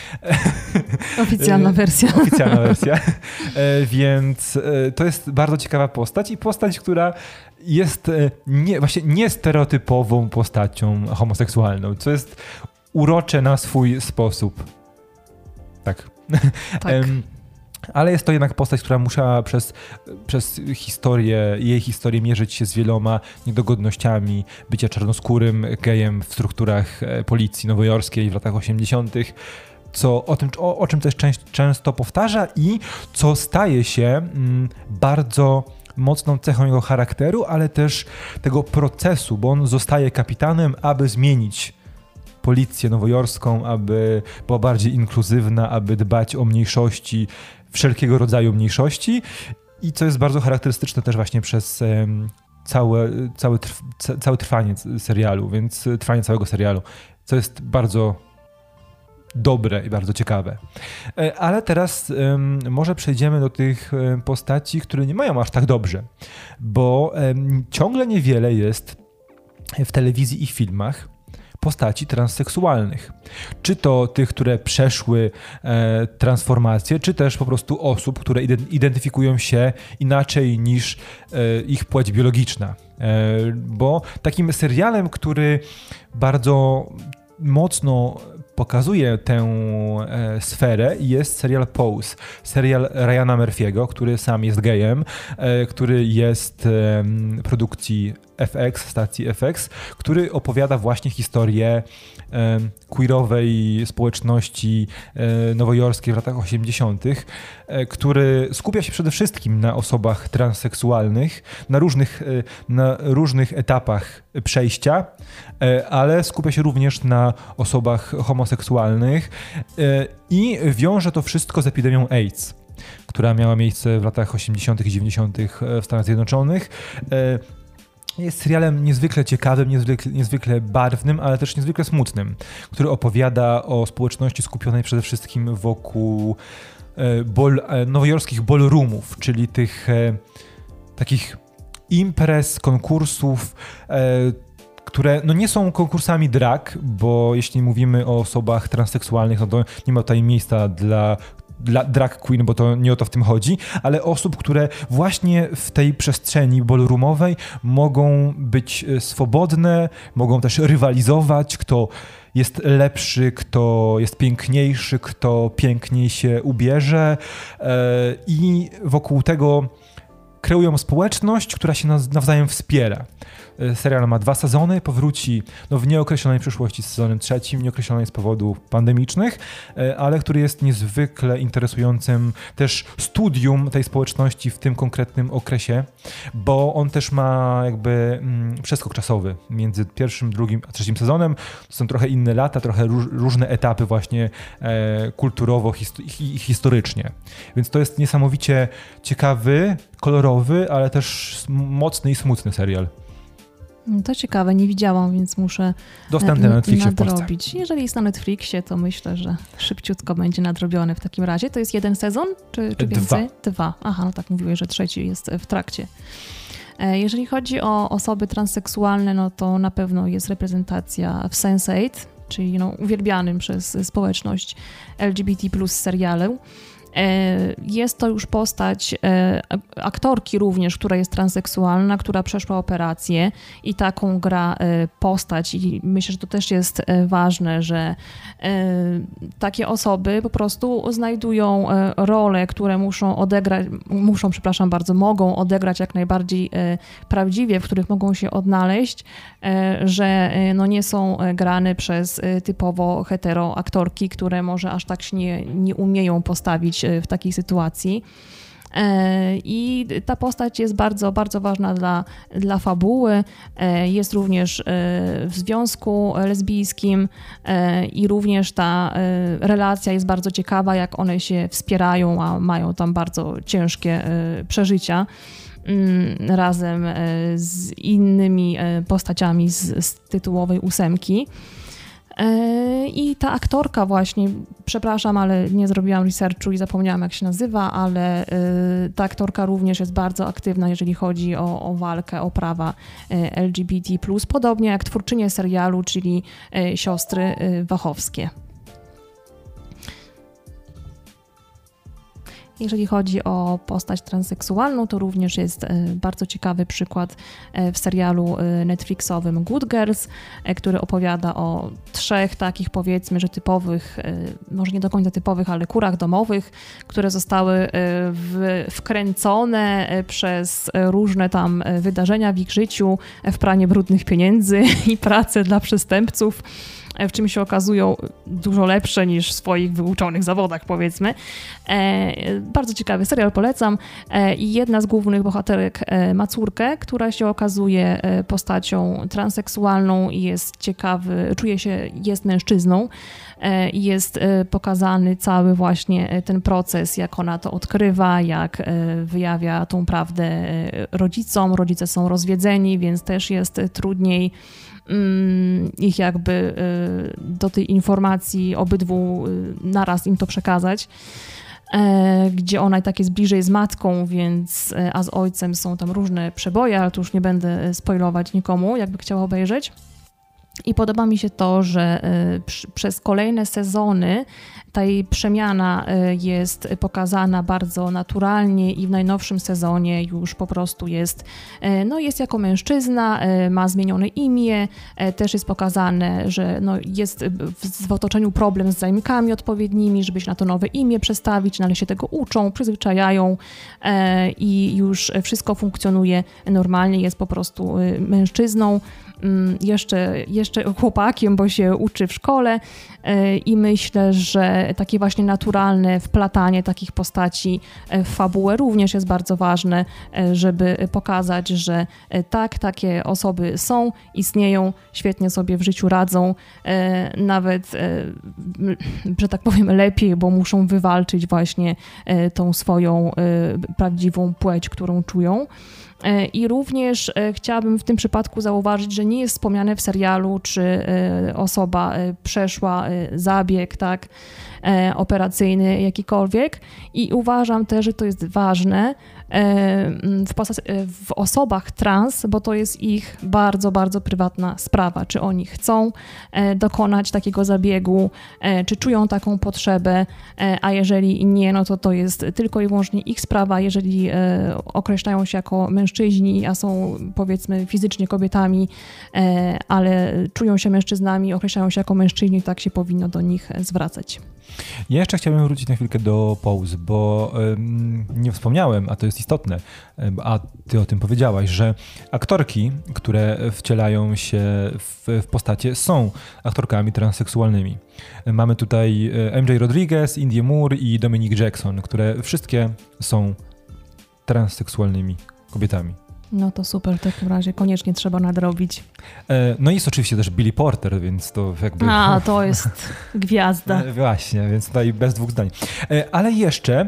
Oficjalna wersja. Oficjalna wersja. E, więc e, to jest bardzo ciekawa postać i postać, która jest e, nie, właśnie niestereotypową postacią homoseksualną, co jest urocze na swój sposób. Tak. tak. um, ale jest to jednak postać, która musiała przez, przez historię, jej historię mierzyć się z wieloma niedogodnościami bycia czarnoskórym gejem w strukturach policji nowojorskiej w latach osiemdziesiątych. Co, o, tym, o, o czym też część, często powtarza i co staje się mm, bardzo mocną cechą jego charakteru, ale też tego procesu, bo on zostaje kapitanem, aby zmienić policję nowojorską, aby była bardziej inkluzywna, aby dbać o mniejszości, wszelkiego rodzaju mniejszości i co jest bardzo charakterystyczne też właśnie przez um, całe, całe, trw, całe trwanie serialu, więc trwanie całego serialu, co jest bardzo dobre i bardzo ciekawe. Ale teraz um, może przejdziemy do tych um, postaci, które nie mają aż tak dobrze, bo um, ciągle niewiele jest w telewizji i filmach postaci transseksualnych. Czy to tych, które przeszły e, transformację, czy też po prostu osób, które identyfikują się inaczej niż e, ich płeć biologiczna. E, bo takim serialem, który bardzo mocno pokazuje tę e, sferę jest serial Pose, serial Ryana Murphy'ego, który sam jest gejem, e, który jest e, produkcji F X, stacji F X, który opowiada właśnie historię e, queerowej społeczności e, nowojorskiej w latach osiemdziesiątych, e, który skupia się przede wszystkim na osobach transseksualnych, na różnych, e, na różnych etapach przejścia, e, ale skupia się również na osobach homoseksualnych e, i wiąże to wszystko z epidemią AIDS, która miała miejsce w latach osiemdziesiątych i dziewięćdziesiątych w Stanach Zjednoczonych. E, Jest serialem niezwykle ciekawym, niezwykle, niezwykle barwnym, ale też niezwykle smutnym, który opowiada o społeczności skupionej przede wszystkim wokół e, bol, e, nowojorskich ballroomów, czyli tych e, takich imprez, konkursów, e, które no nie są konkursami drag, bo jeśli mówimy o osobach transseksualnych, no to nie ma tutaj miejsca dla dla drag queen, bo to nie o to w tym chodzi, ale osób, które właśnie w tej przestrzeni ballroomowej mogą być swobodne, mogą też rywalizować, kto jest lepszy, kto jest piękniejszy, kto piękniej się ubierze i wokół tego kreują społeczność, która się nawzajem wspiera. Serial ma dwa sezony, powróci no, w nieokreślonej przyszłości z sezonem trzecim, nieokreślonej z powodów pandemicznych, ale który jest niezwykle interesującym też studium tej społeczności w tym konkretnym okresie, bo on też ma jakby mm, przeskok czasowy między pierwszym, drugim a trzecim sezonem. To są trochę inne lata, trochę róż, różne etapy właśnie e, kulturowo hist- i historycznie. Więc to jest niesamowicie ciekawy, kolorowy, ale też mocny i smutny serial. To ciekawe, nie widziałam, więc muszę Dostępny na Netflixie w Polsce. nadrobić. Jeżeli jest na Netflixie, to myślę, że szybciutko będzie nadrobiony w takim razie. To jest jeden sezon, czy, czy więcej? Dwa. Dwa. Aha, no tak mówiłeś, że trzeci jest w trakcie. Jeżeli chodzi o osoby transseksualne, no to na pewno jest reprezentacja w sense eight, czyli no, uwielbianym przez społeczność L G B T plus serialu. Jest to już postać aktorki również, która jest transseksualna, która przeszła operację i taką gra postać i myślę, że to też jest ważne, że takie osoby po prostu znajdują role, które muszą odegrać, muszą, przepraszam bardzo, mogą odegrać jak najbardziej prawdziwie, w których mogą się odnaleźć, że no nie są grane przez typowo hetero aktorki, które może aż tak się nie, nie umieją postawić w takiej sytuacji. I ta postać jest bardzo, bardzo ważna dla, dla fabuły. Jest również w związku lesbijskim i również ta relacja jest bardzo ciekawa, jak one się wspierają, a mają tam bardzo ciężkie przeżycia razem z innymi postaciami z, z tytułowej ósemki. I ta aktorka właśnie, przepraszam, ale nie zrobiłam researchu i zapomniałam, jak się nazywa, ale ta aktorka również jest bardzo aktywna, jeżeli chodzi o, o walkę o prawa L G B T plus, podobnie jak twórczynie serialu, czyli siostry Wachowskie. Jeżeli chodzi o postać transseksualną, to również jest bardzo ciekawy przykład w serialu Netflixowym Good Girls, który opowiada o trzech takich, powiedzmy, że typowych, może nie do końca typowych, ale kurach domowych, które zostały w, wkręcone przez różne tam wydarzenia w ich życiu, w pranie brudnych pieniędzy i pracę dla przestępców, w czym się okazują dużo lepsze niż w swoich wyuczonych zawodach, powiedzmy. E, bardzo ciekawy serial, polecam. E, I jedna z głównych bohaterek e, ma córkę, która się okazuje postacią transseksualną i jest ciekawy, czuje się, jest mężczyzną. E, I jest e, pokazany cały właśnie ten proces, jak ona to odkrywa, jak e, wyjawia tą prawdę rodzicom. Rodzice są rozwiedzeni, więc też jest trudniej ich jakby do tej informacji obydwu naraz im to przekazać, gdzie ona i tak jest bliżej z matką, więc, a z ojcem są tam różne przeboje, ale tu już nie będę spoilować nikomu, jakby chciała obejrzeć. I podoba mi się to, że przez kolejne sezony ta jej przemiana jest pokazana bardzo naturalnie i w najnowszym sezonie już po prostu jest, no jest jako mężczyzna, ma zmienione imię, też jest pokazane, że no jest w otoczeniu problem z zajmkami odpowiednimi, żeby się na to nowe imię przestawić, no ale się tego uczą, przyzwyczajają i już wszystko funkcjonuje normalnie, jest po prostu mężczyzną. Jeszcze, jeszcze chłopakiem, bo się uczy w szkole i myślę, że takie właśnie naturalne wplatanie takich postaci w fabułę również jest bardzo ważne, żeby pokazać, że tak, takie osoby są, istnieją, świetnie sobie w życiu radzą, nawet, że tak powiem, lepiej, bo muszą wywalczyć właśnie tą swoją prawdziwą płeć, którą czują. I również chciałabym w tym przypadku zauważyć, że nie jest wspomniane w serialu, czy osoba przeszła zabieg, tak, operacyjny jakikolwiek. I uważam też, że to jest ważne, w, posta- w osobach trans, bo to jest ich bardzo, bardzo prywatna sprawa, czy oni chcą dokonać takiego zabiegu, czy czują taką potrzebę, a jeżeli nie, no to to jest tylko i wyłącznie ich sprawa. Jeżeli określają się jako mężczyźni, a są powiedzmy fizycznie kobietami, ale czują się mężczyznami, określają się jako mężczyźni, tak się powinno do nich zwracać. Ja jeszcze chciałbym wrócić na chwilkę do Pose, bo ym, nie wspomniałem, a to jest istotne, ym, a ty o tym powiedziałaś, że aktorki, które wcielają się w, w postacie, są aktorkami transseksualnymi. Mamy tutaj M J Rodriguez, Indie Moore i Dominique Jackson, które wszystkie są transseksualnymi kobietami. No to super, w takim razie koniecznie trzeba nadrobić. No i jest oczywiście też Billy Porter, więc to jakby... A, to jest gwiazda. Właśnie, więc tutaj bez dwóch zdań. Ale jeszcze,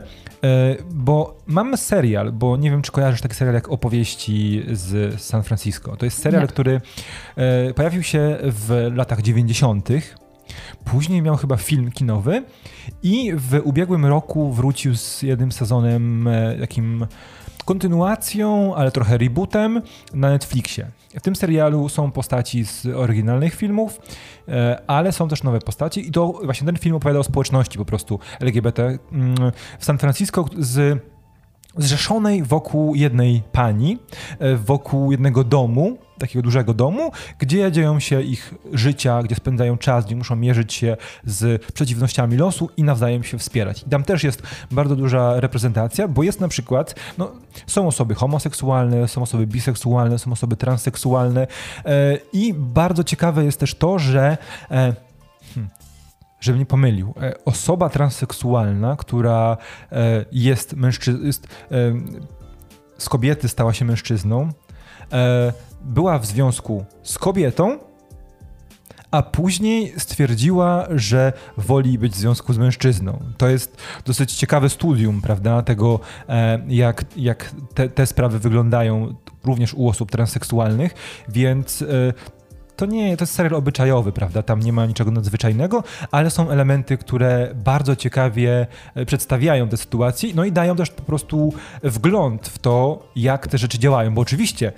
bo mamy serial, bo nie wiem, czy kojarzysz taki serial jak Opowieści z San Francisco. To jest serial, nie. który pojawił się w latach dziewięćdziesiątych. Później miał chyba film kinowy i w ubiegłym roku wrócił z jednym sezonem takim kontynuacją, ale trochę rebootem na Netflixie. W tym serialu są postaci z oryginalnych filmów, ale są też nowe postaci i to właśnie ten film opowiada o społeczności po prostu L G B T w San Francisco z zrzeszonej wokół jednej pani, wokół jednego domu, takiego dużego domu, gdzie dzieją się ich życia, gdzie spędzają czas, gdzie muszą mierzyć się z przeciwnościami losu i nawzajem się wspierać. I tam też jest bardzo duża reprezentacja, bo jest na przykład, no, są osoby homoseksualne, są osoby biseksualne, są osoby transseksualne e, i bardzo ciekawe jest też to, że e, hmm, żebym nie pomylił, e, osoba transseksualna, która e, jest mężczyzną, e, z kobiety stała się mężczyzną, e, była w związku z kobietą, a później stwierdziła, że woli być w związku z mężczyzną. To jest dosyć ciekawe studium, prawda, tego, jak, jak te, te sprawy wyglądają również u osób transseksualnych, więc to nie, to jest serial obyczajowy, prawda, tam nie ma niczego nadzwyczajnego, ale są elementy, które bardzo ciekawie przedstawiają te sytuacje, no i dają też po prostu wgląd w to, jak te rzeczy działają, bo oczywiście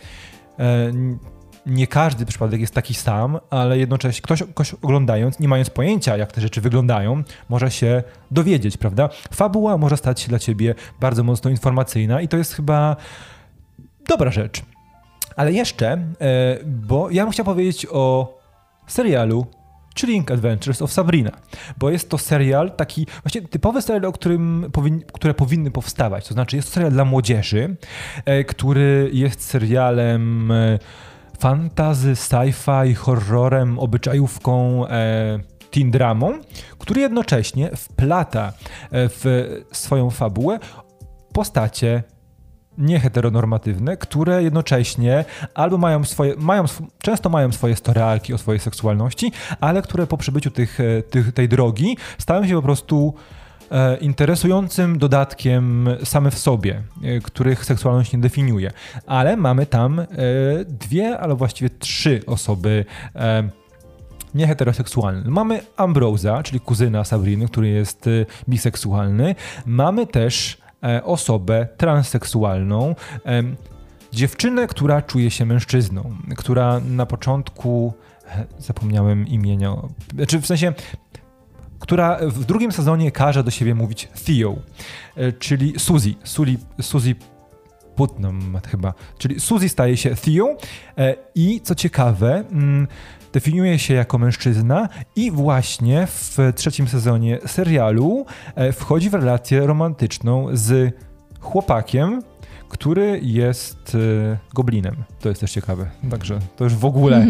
nie każdy przypadek jest taki sam, ale jednocześnie ktoś, ktoś oglądając, nie mając pojęcia, jak te rzeczy wyglądają, może się dowiedzieć, prawda? Fabuła może stać się dla ciebie bardzo mocno informacyjna i to jest chyba dobra rzecz. Ale jeszcze, bo ja bym chciał powiedzieć o serialu Chilling Adventures of Sabrina, bo jest to serial taki, właśnie typowy serial, o którym powin, które powinny powstawać, to znaczy jest to serial dla młodzieży, e, który jest serialem e, fantasy, sci-fi, horrorem, obyczajówką, e, teen dramą, który jednocześnie wplata w swoją fabułę postacie nieheteronormatywne, które jednocześnie albo mają swoje, mają, często mają swoje storyarki o swojej seksualności, ale które po przebyciu tych, tych, tej drogi stają się po prostu e, interesującym dodatkiem same w sobie, e, których seksualność nie definiuje. Ale mamy tam e, dwie, ale właściwie trzy osoby e, nieheteroseksualne. Mamy Ambrosa, czyli kuzyna Sabriny, który jest e, biseksualny. Mamy też osobę transseksualną, dziewczynę, która czuje się mężczyzną, która na początku, zapomniałem imienia, znaczy w sensie, która w drugim sezonie każe do siebie mówić Theo, czyli Suzy, Suzy, Suzy Putnam chyba, czyli Suzy staje się Theo i co ciekawe, definiuje się jako mężczyzna i właśnie w trzecim sezonie serialu wchodzi w relację romantyczną z chłopakiem, który jest goblinem. To jest też ciekawe. Także to już w ogóle...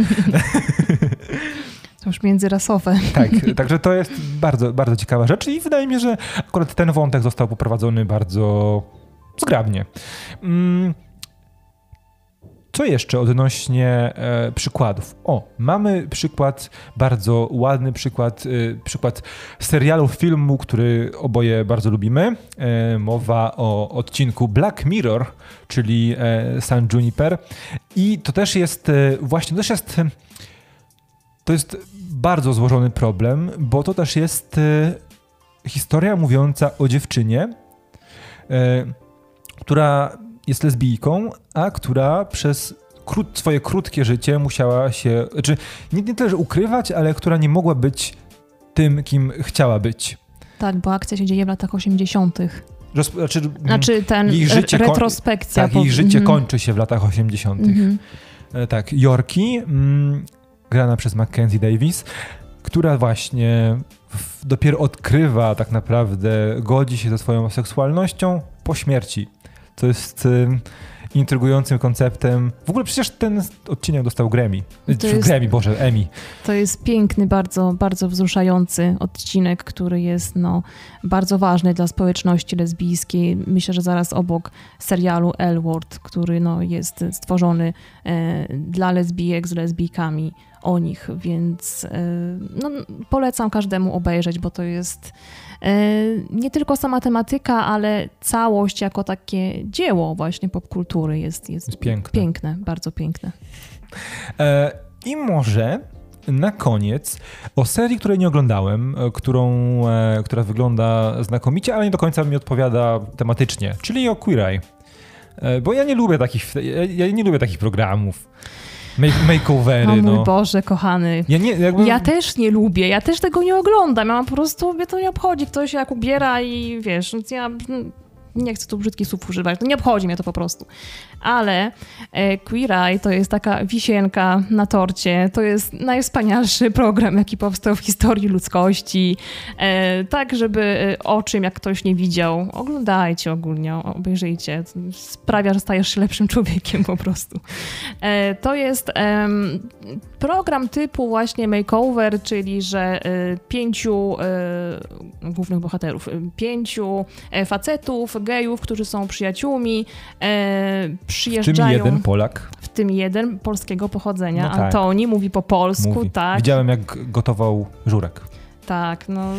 To już międzyrasowe. Tak, także to jest bardzo, bardzo ciekawa rzecz i wydaje mi się, że akurat ten wątek został poprowadzony bardzo zgrabnie. Mm. Co jeszcze odnośnie e, przykładów? O, mamy przykład, bardzo ładny przykład, e, przykład serialu, filmu, który oboje bardzo lubimy. E, mowa o odcinku Black Mirror, czyli e, San Juniper. I to też jest, e, właśnie, to też jest, to jest bardzo złożony problem, bo to też jest e, historia mówiąca o dziewczynie, e, która jest lesbijką, a która przez krót, swoje krótkie życie musiała się, znaczy nie, nie tyle, że ukrywać, ale która nie mogła być tym, kim chciała być. Tak, bo akcja się dzieje w latach osiemdziesiątych. Roz, znaczy, znaczy ten jej życie retrospekcja. Tak, po... jej życie mm. kończy się w latach osiemdziesiątych. Mm-hmm. Tak, Yorkie, mm, grana przez Mackenzie Davis, która właśnie w, dopiero odkrywa tak naprawdę, godzi się ze swoją seksualnością po śmierci. To jest y, intrygującym konceptem. W ogóle przecież ten odcinek dostał Grammy. To jest, Grammy, Boże, Emmy. To jest piękny, bardzo, bardzo wzruszający odcinek, który jest no, bardzo ważny dla społeczności lesbijskiej. Myślę, że zaraz obok serialu L-Word, który no, jest stworzony e, dla lesbijek z lesbijkami o nich, więc e, no, polecam każdemu obejrzeć, bo to jest nie tylko sama tematyka, ale całość jako takie dzieło właśnie popkultury jest, jest, jest piękne. piękne, bardzo piękne. E, I może na koniec o serii, której nie oglądałem, którą, e, która wygląda znakomicie, ale nie do końca mi odpowiada tematycznie, czyli o Queer Eye. E, bo ja nie lubię takich, ja, ja nie lubię takich programów. Makeovery, o mój no. Boże, kochany. Ja, nie, jakby... ja też nie lubię, ja też tego nie oglądam. Ja mam po prostu, mnie to nie obchodzi, ktoś jak ubiera i wiesz, ja nie chcę tu brzydkich słów używać, nie obchodzi mnie to po prostu. Ale e, Queer Eye to jest taka wisienka na torcie, to jest najwspanialszy program, jaki powstał w historii ludzkości. E, tak, żeby e, o czym, jak ktoś nie widział, oglądajcie ogólnie, obejrzyjcie. Sprawia, że stajesz się lepszym człowiekiem po prostu. E, to jest e, program typu właśnie makeover, czyli że e, pięciu e, głównych bohaterów, pięciu e, facetów, gejów, którzy są przyjaciółmi, e, przyjeżdżają... W tym jeden Polak. W tym jeden polskiego pochodzenia. No tak. Antoni mówi po polsku, mówi. tak. Widziałem, jak gotował żurek. Tak, no...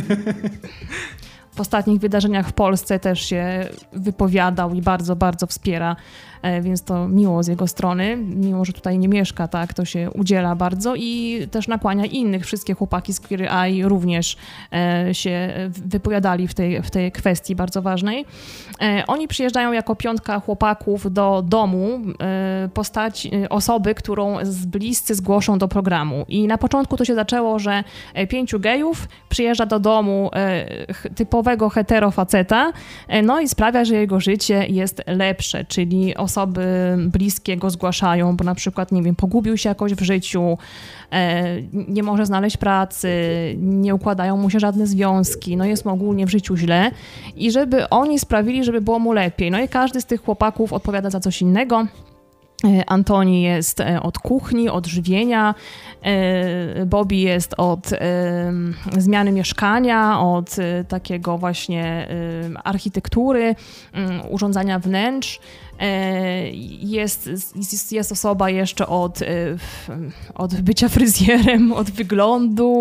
W ostatnich wydarzeniach w Polsce też się wypowiadał i bardzo, bardzo wspiera, więc to miło z jego strony, mimo że tutaj nie mieszka, tak, to się udziela bardzo i też nakłania innych. Wszystkie chłopaki z Queer Eye również się wypowiadali w tej, w tej kwestii bardzo ważnej. Oni przyjeżdżają jako piątka chłopaków do domu postaci, osoby, którą z bliscy zgłoszą do programu. I na początku to się zaczęło, że pięciu gejów przyjeżdża do domu typowego heterofaceta, no i sprawia, że jego życie jest lepsze, czyli osoby bliskie go zgłaszają, bo na przykład, nie wiem, pogubił się jakoś w życiu, nie może znaleźć pracy, nie układają mu się żadne związki, no jest mu ogólnie w życiu źle i żeby oni sprawili, żeby było mu lepiej. No i każdy z tych chłopaków odpowiada za coś innego. Antoni jest od kuchni, od żywienia, Bobby jest od zmiany mieszkania, od takiego właśnie architektury, urządzania wnętrz. Jest, jest, jest osoba jeszcze od, od bycia fryzjerem, od wyglądu.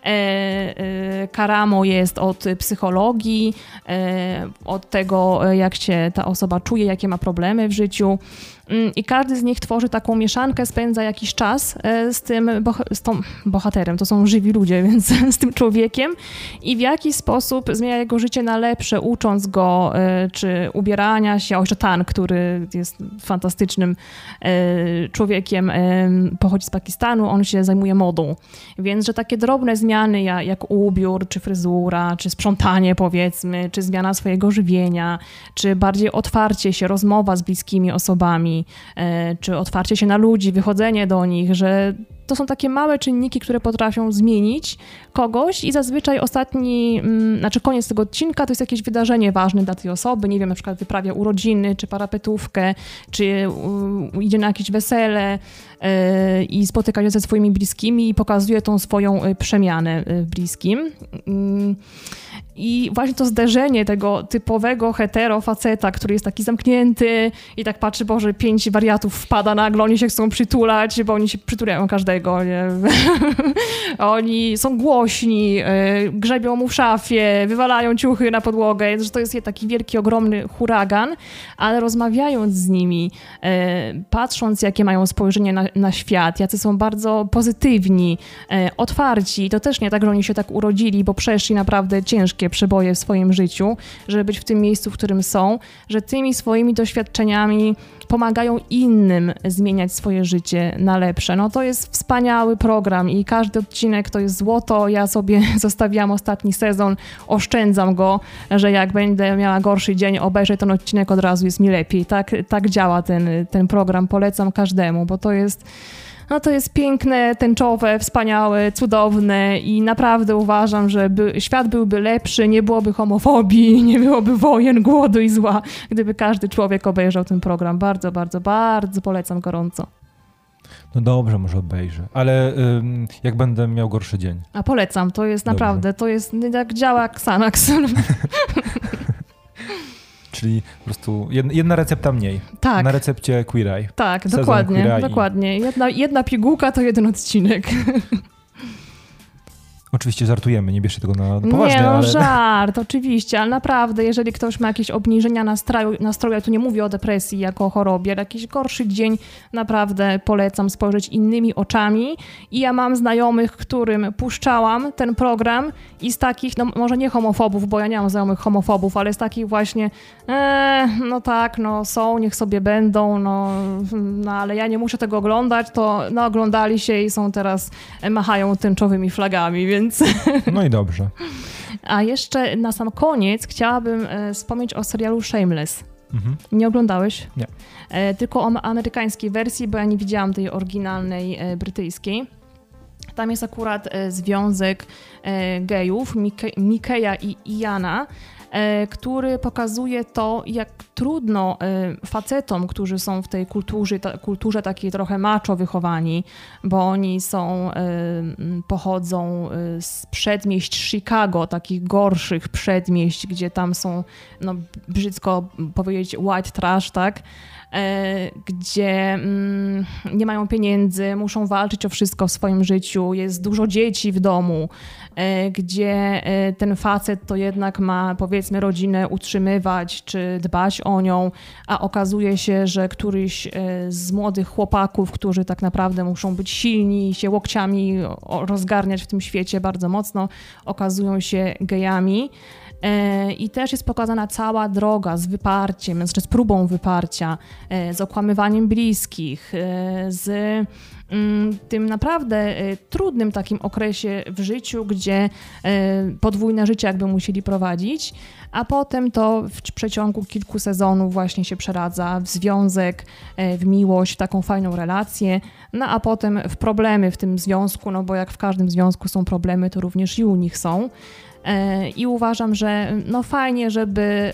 Karamo jest od psychologii, od tego, jak się ta osoba czuje, jakie ma problemy w życiu. I każdy z nich tworzy taką mieszankę, spędza jakiś czas z tym boh- z tą bohaterem, to są żywi ludzie, więc z tym człowiekiem i w jakiś sposób zmienia jego życie na lepsze, ucząc go czy ubierania się. O, jeszcze Tan, który jest fantastycznym człowiekiem, pochodzi z Pakistanu, on się zajmuje modą. Więc, że takie drobne zmiany jak ubiór, czy fryzura, czy sprzątanie powiedzmy, czy zmiana swojego żywienia, czy bardziej otwarcie się, rozmowa z bliskimi osobami, czy otwarcie się na ludzi, wychodzenie do nich, że to są takie małe czynniki, które potrafią zmienić kogoś i zazwyczaj ostatni, znaczy koniec tego odcinka to jest jakieś wydarzenie ważne dla tej osoby, nie wiem, na przykład wyprawia urodziny, czy parapetówkę, czy idzie na jakieś wesele i spotyka się ze swoimi bliskimi i pokazuje tą swoją przemianę w bliskim. I właśnie to zderzenie tego typowego hetero faceta, który jest taki zamknięty i tak patrzy, Boże, pięć wariatów wpada nagle, oni się chcą przytulać, bo oni się przytulają każdego, nie? Oni są głośni, grzebią mu w szafie, wywalają ciuchy na podłogę, że to jest taki wielki, ogromny huragan, ale rozmawiając z nimi, patrząc, jakie mają spojrzenie na, na świat, jacy są bardzo pozytywni, otwarci, to też nie tak, że oni się tak urodzili, bo przeszli naprawdę ciężkie głębokie przeboje w swoim życiu, żeby być w tym miejscu, w którym są, że tymi swoimi doświadczeniami pomagają innym zmieniać swoje życie na lepsze. No to jest wspaniały program i każdy odcinek to jest złoto. Ja sobie zostawiłam ostatni sezon, oszczędzam go, że jak będę miała gorszy dzień, obejrzę ten odcinek, od razu jest mi lepiej. Tak, tak działa ten, ten program. Polecam każdemu, bo to jest No to jest piękne, tęczowe, wspaniałe, cudowne i naprawdę uważam, że by, świat byłby lepszy, nie byłoby homofobii, nie byłoby wojen, głodu i zła, gdyby każdy człowiek obejrzał ten program. Bardzo, bardzo, bardzo polecam gorąco. No dobrze, może obejrzę, ale ym, jak będę miał gorszy dzień? A polecam, to jest dobrze. Naprawdę, to jest jak działa Xanax. Czyli po prostu jedna recepta mniej. Tak. Na recepcie Queer Eye. Tak, Sezon dokładnie, Queer Eye. dokładnie. Jedna, jedna pigułka to jeden odcinek. Oczywiście żartujemy, nie bierzcie tego na poważnie. Nie, no ale... żart, oczywiście, ale naprawdę, jeżeli ktoś ma jakieś obniżenia nastroju, nastroju, ja tu nie mówię o depresji jako o chorobie, ale jakiś gorszy dzień, naprawdę polecam spojrzeć innymi oczami i ja mam znajomych, którym puszczałam ten program i z takich, no może nie homofobów, bo ja nie mam znajomych homofobów, ale z takich właśnie, e, no tak, no są, niech sobie będą, no, no ale ja nie muszę tego oglądać, to no, oglądali się i są teraz, machają tęczowymi flagami, więc no i dobrze. A jeszcze na sam koniec chciałabym e, wspomnieć o serialu Shameless. Mhm. Nie oglądałeś? Nie. E, tylko o amerykańskiej wersji, bo ja nie widziałam tej oryginalnej e, brytyjskiej. Tam jest akurat e, związek e, gejów, Mike, Mikeja i Iana, e, który pokazuje to, jak trudno e, facetom, którzy są w tej kulturze, ta, kulturze takiej trochę macho wychowani, bo oni są, e, pochodzą z przedmieść Chicago, takich gorszych przedmieść, gdzie tam są, no brzydko powiedzieć, white trash, tak? E, gdzie mm, nie mają pieniędzy, muszą walczyć o wszystko w swoim życiu, jest dużo dzieci w domu, e, gdzie e, ten facet to jednak ma, powiedzmy, rodzinę utrzymywać czy dbać o nią, a okazuje się, że któryś e, z młodych chłopaków, którzy tak naprawdę muszą być silni i się łokciami rozgarniać w tym świecie bardzo mocno, okazują się gejami. I też jest pokazana cała droga z wyparciem, znaczy z próbą wyparcia, z okłamywaniem bliskich, z tym naprawdę trudnym takim okresie w życiu, gdzie podwójne życie jakby musieli prowadzić, a potem to w przeciągu kilku sezonów właśnie się przeradza w związek, w miłość, w taką fajną relację, no a potem w problemy w tym związku, no bo jak w każdym związku są problemy, to również i u nich są. I uważam, że no fajnie, żeby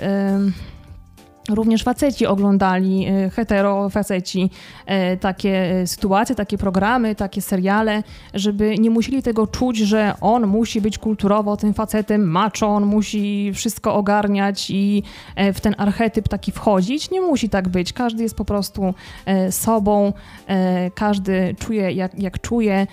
również faceci oglądali, hetero faceci, takie sytuacje, takie programy, takie seriale, żeby nie musieli tego czuć, że on musi być kulturowo tym facetem macho, on musi wszystko ogarniać i w ten archetyp taki wchodzić. Nie musi tak być. Każdy jest po prostu sobą, każdy czuje jak, jak czuje.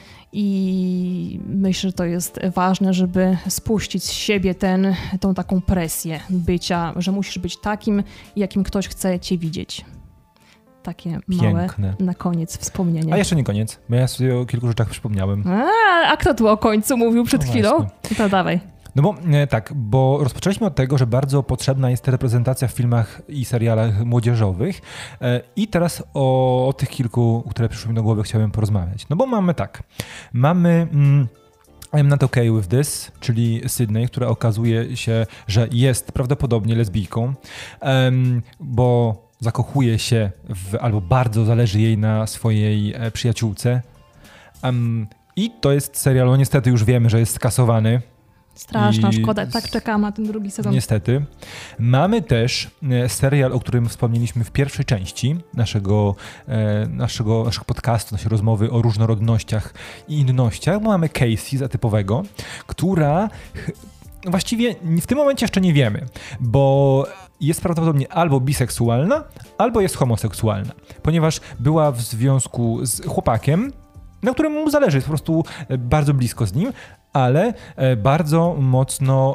I myślę, że to jest ważne, żeby spuścić z siebie ten, tą taką presję bycia, że musisz być takim, jakim ktoś chce cię widzieć. Takie małe Piękne. Na koniec wspomnienia. A jeszcze nie koniec, bo ja sobie o kilku rzeczach przypomniałem. A, a kto tu o końcu mówił przed no chwilą? Właśnie. To dawaj. No bo e, tak, bo rozpoczęliśmy od tego, że bardzo potrzebna jest reprezentacja w filmach i serialach młodzieżowych e, i teraz o, o tych kilku, które przyszły mi do głowy, chciałem porozmawiać. No bo mamy tak, mamy mm, I'm not okay with this, czyli Sydney, która okazuje się, że jest prawdopodobnie lesbijką, um, bo zakochuje się w, albo bardzo zależy jej na swojej e, przyjaciółce um, i to jest serial, no niestety już wiemy, że jest skasowany. Straszna szkoda, tak czekam na ten drugi sezon. Niestety. Mamy też serial, o którym wspomnieliśmy w pierwszej części naszego, naszego, naszego podcastu, naszej rozmowy o różnorodnościach i innościach, bo mamy Casey z Atypowego, która właściwie w tym momencie jeszcze nie wiemy, bo jest prawdopodobnie albo biseksualna, albo jest homoseksualna, ponieważ była w związku z chłopakiem, na którym mu zależy, jest po prostu bardzo blisko z nim, ale bardzo mocno,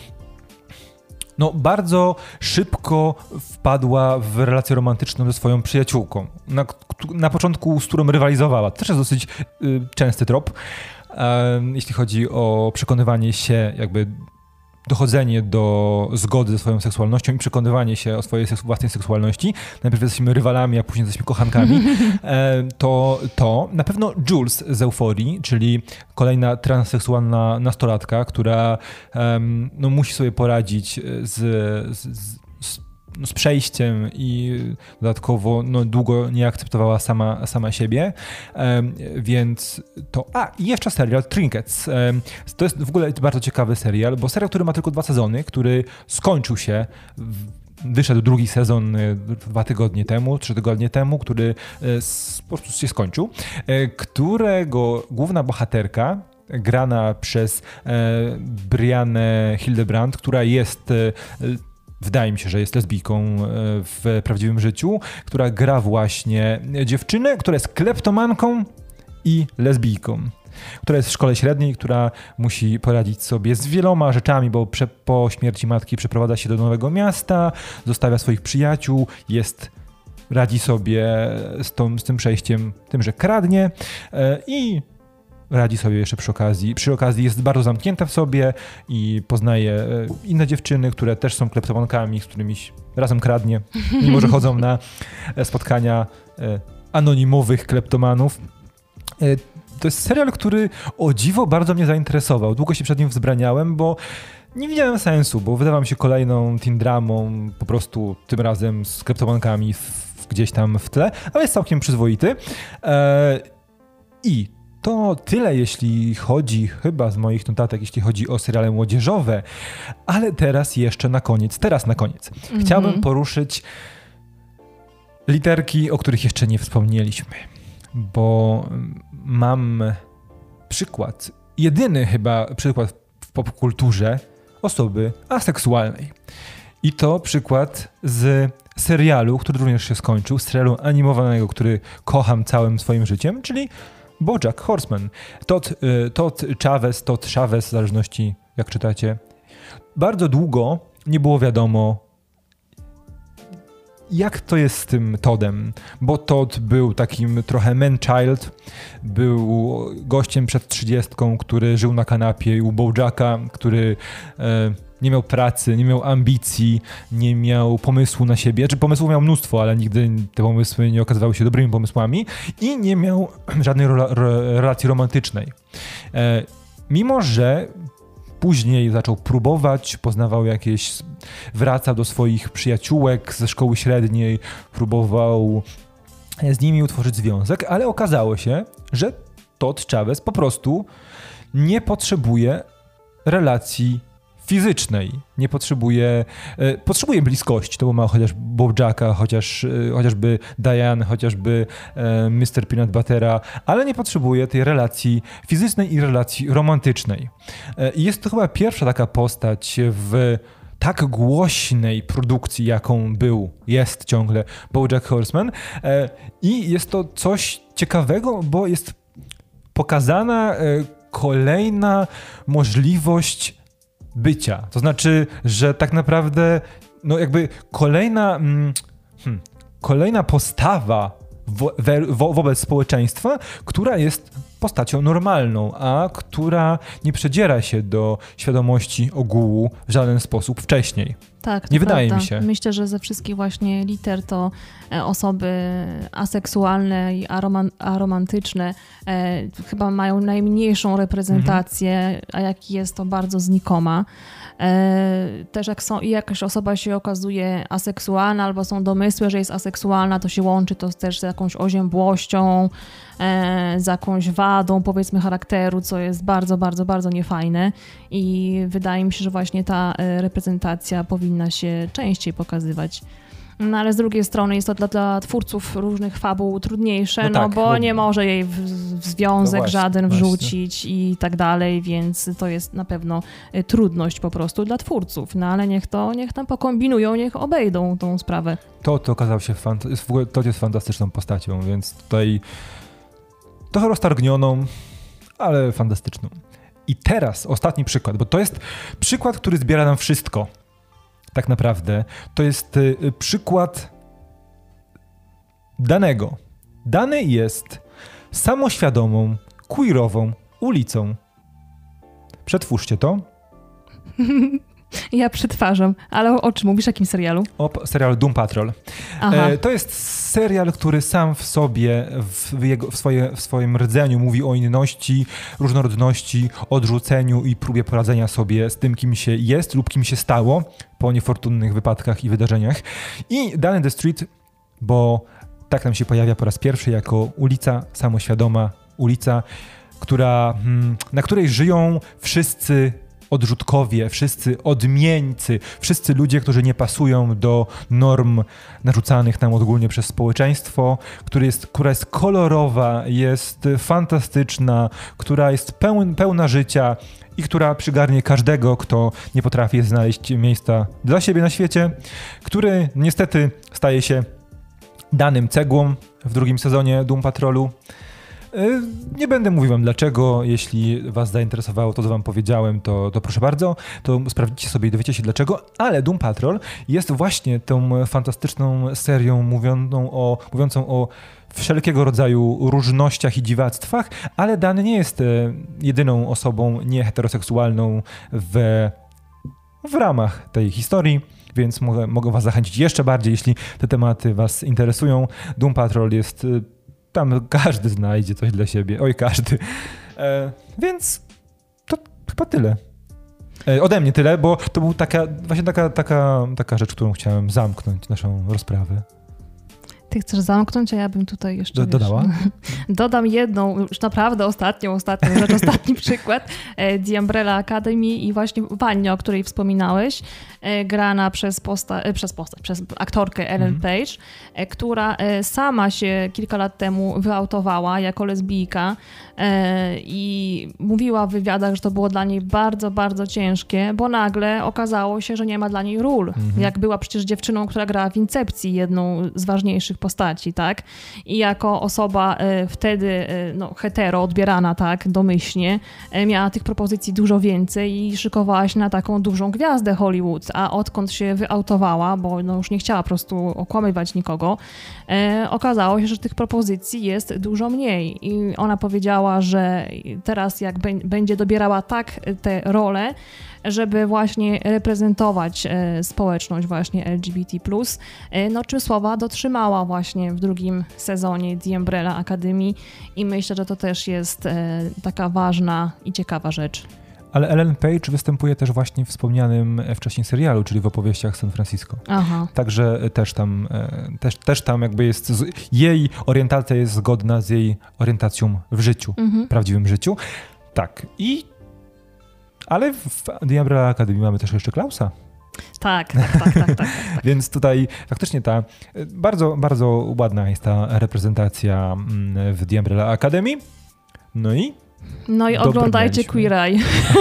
no bardzo szybko wpadła w relację romantyczną ze swoją przyjaciółką, na, na początku z którą rywalizowała. To też jest dosyć częsty trop, jeśli chodzi o przekonywanie się jakby dochodzenie do zgody ze swoją seksualnością i przekonywanie się o swojej seks- własnej seksualności. Najpierw jesteśmy rywalami, a później jesteśmy kochankami. E, to, to na pewno Jules z Euforii, czyli kolejna transseksualna nastolatka, która um, no, musi sobie poradzić z, z, z z przejściem i dodatkowo no, długo nie akceptowała sama, sama siebie, um, więc to... A, i jeszcze serial Trinkets. Um, to jest w ogóle bardzo ciekawy serial, bo serial, który ma tylko dwa sezony, który skończył się, w, wyszedł drugi sezon dwa tygodnie temu, trzy tygodnie temu, który s, po prostu się skończył, którego główna bohaterka grana przez e, Briannę Hildebrandt, która jest... E, Wydaje mi się, że jest lesbijką w prawdziwym życiu, która gra właśnie dziewczynę, która jest kleptomanką i lesbijką, która jest w szkole średniej, która musi poradzić sobie z wieloma rzeczami, bo prze, po śmierci matki przeprowadza się do nowego miasta, zostawia swoich przyjaciół, jest, radzi sobie z, tą, z tym przejściem, tym, że kradnie i radzi sobie jeszcze przy okazji. Przy okazji jest bardzo zamknięta w sobie i poznaje inne dziewczyny, które też są kleptomankami, z którymi razem kradnie, mimo że chodzą na spotkania anonimowych kleptomanów. To jest serial, który o dziwo bardzo mnie zainteresował. Długo się przed nim wzbraniałem, bo nie widziałem sensu, bo wydawał mi się kolejną teen dramą, po prostu tym razem z kleptomankami w, gdzieś tam w tle, ale jest całkiem przyzwoity. I to tyle, jeśli chodzi, chyba z moich notatek, jeśli chodzi o seriale młodzieżowe, ale teraz jeszcze na koniec, teraz na koniec. Mm-hmm. Chciałbym poruszyć literki, o których jeszcze nie wspomnieliśmy, bo mam przykład, jedyny chyba przykład w popkulturze osoby aseksualnej. I to przykład z serialu, który również się skończył, serialu animowanego, który kocham całym swoim życiem, czyli BoJack Horseman. Todd, Todd Chavez, Todd Chavez, w zależności jak czytacie. Bardzo długo nie było wiadomo, jak to jest z tym Toddem, bo Todd był takim trochę man-child, był gościem przed trzydziestką, który żył na kanapie u BoJacka, który e, nie miał pracy, nie miał ambicji, nie miał pomysłu na siebie. Znaczy pomysłów miał mnóstwo, ale nigdy te pomysły nie okazywały się dobrymi pomysłami i nie miał żadnej ro- ro- relacji romantycznej. E, mimo, że później zaczął próbować, poznawał jakieś, wracał do swoich przyjaciółek ze szkoły średniej, próbował z nimi utworzyć związek, ale okazało się, że Todd Chavez po prostu nie potrzebuje relacji fizycznej, nie potrzebuje, e, potrzebuje bliskości, to bo ma chociaż BoJacka, chociaż, e, chociażby Diane, chociażby e, mister Peanut Buttera, ale nie potrzebuje tej relacji fizycznej i relacji romantycznej. E, jest to chyba pierwsza taka postać w tak głośnej produkcji, jaką był, jest ciągle BoJack Horseman e, i jest to coś ciekawego, bo jest pokazana e, kolejna możliwość bycia. To znaczy, że tak naprawdę no jakby kolejna hmm, kolejna postawa wo, wo, wobec społeczeństwa, która jest postacią normalną, a która nie przedziera się do świadomości ogółu w żaden sposób wcześniej. Tak, nie to wydaje prawda. mi się. Myślę, że ze wszystkich właśnie liter to osoby aseksualne i aroman- aromantyczne e, chyba mają najmniejszą reprezentację, mhm. a jak jest to bardzo znikoma. E, też jak są, i jakaś osoba się okazuje aseksualna albo są domysły, że jest aseksualna, to się łączy to też z jakąś oziębłością, e, z jakąś wadą, powiedzmy, charakteru, co jest bardzo, bardzo, bardzo niefajne i wydaje mi się, że właśnie ta reprezentacja powinna się częściej pokazywać. No ale z drugiej strony jest to dla, dla twórców różnych fabuł trudniejsze, no, no tak, bo no, nie może jej w, w związek no właśnie, żaden wrzucić właśnie. I tak dalej, więc to jest na pewno trudność po prostu dla twórców. No ale niech to, niech tam pokombinują, niech obejdą tą sprawę. To, to okazał się, fant- w ogóle to jest fantastyczną postacią, więc tutaj trochę roztargnioną, ale fantastyczną. I teraz ostatni przykład, bo to jest przykład, który zbiera nam wszystko. Tak naprawdę to jest y, przykład Danego. Dany jest samoświadomą, queerową ulicą. Przetwórzcie to. Ja przetwarzam, ale o, o czym mówisz, jakim serialu? O serialu Doom Patrol. E, to jest serial, który sam w sobie, w, jego, w, swoje, w swoim rdzeniu mówi o inności, różnorodności, odrzuceniu i próbie poradzenia sobie z tym, kim się jest lub kim się stało po niefortunnych wypadkach i wydarzeniach. I Down the Street, bo tak nam się pojawia po raz pierwszy jako ulica samoświadoma, ulica, która, na której żyją wszyscy odrzutkowie, wszyscy odmieńcy, wszyscy ludzie, którzy nie pasują do norm narzucanych nam ogólnie przez społeczeństwo, który jest, która jest kolorowa, jest fantastyczna, która jest pełn, pełna życia i która przygarnie każdego, kto nie potrafi znaleźć miejsca dla siebie na świecie, który niestety staje się danym cegłą w drugim sezonie Doom Patrolu. Nie będę mówił wam dlaczego, jeśli was zainteresowało to, co wam powiedziałem, to, to proszę bardzo, to sprawdźcie sobie i dowiecie się dlaczego, ale Doom Patrol jest właśnie tą fantastyczną serią mówiącą o, mówiącą o wszelkiego rodzaju różnościach i dziwactwach, ale Dan nie jest jedyną osobą nieheteroseksualną w, w ramach tej historii, więc mogę, mogę was zachęcić jeszcze bardziej, jeśli te tematy was interesują. Doom Patrol jest... Tam każdy znajdzie coś dla siebie. Oj, każdy. E, więc to chyba tyle. E, ode mnie tyle, bo to był taka, właśnie taka, taka, taka rzecz, którą chciałem zamknąć naszą rozprawę. Ty chcesz zamknąć, a ja bym tutaj jeszcze... Do, dodała? Wiesz, dodam jedną, już naprawdę ostatnią, ostatnią rzecz, ostatni przykład. The Umbrella Academy i właśnie Vanya, o której wspominałeś, grana przez, posta- przez, posta- przez aktorkę Ellen mm-hmm. Page, która sama się kilka lat temu wyautowała jako lesbijka i mówiła w wywiadach, że to było dla niej bardzo, bardzo ciężkie, bo nagle okazało się, że nie ma dla niej ról. Mm-hmm. Jak była przecież dziewczyną, która grała w Incepcji, jedną z ważniejszych postaci, tak? I jako osoba y, wtedy y, no, hetero, odbierana tak domyślnie, y, miała tych propozycji dużo więcej i szykowała się na taką dużą gwiazdę Hollywood, a odkąd się wyautowała, bo no, już nie chciała po prostu okłamywać nikogo, y, okazało się, że tych propozycji jest dużo mniej. I ona powiedziała, że teraz jak b- będzie dobierała tak te role, żeby właśnie reprezentować e, społeczność właśnie L G B T plus, e, no czym słowa dotrzymała właśnie w drugim sezonie The Umbrella Academy i myślę, że to też jest e, taka ważna i ciekawa rzecz. Ale Ellen Page występuje też właśnie w wspomnianym wcześniej serialu, czyli w opowieściach San Francisco. Aha. Także też tam, też, też tam jakby jest, jej orientacja jest zgodna z jej orientacją w życiu, mhm. prawdziwym życiu. Tak. I ale w The Umbrella Academy mamy też jeszcze Klausa. Tak, tak, tak, tak, tak, tak, tak. Więc tutaj faktycznie ta bardzo, bardzo ładna jest ta reprezentacja w The Umbrella Academy. No i No i oglądajcie Queer Eye.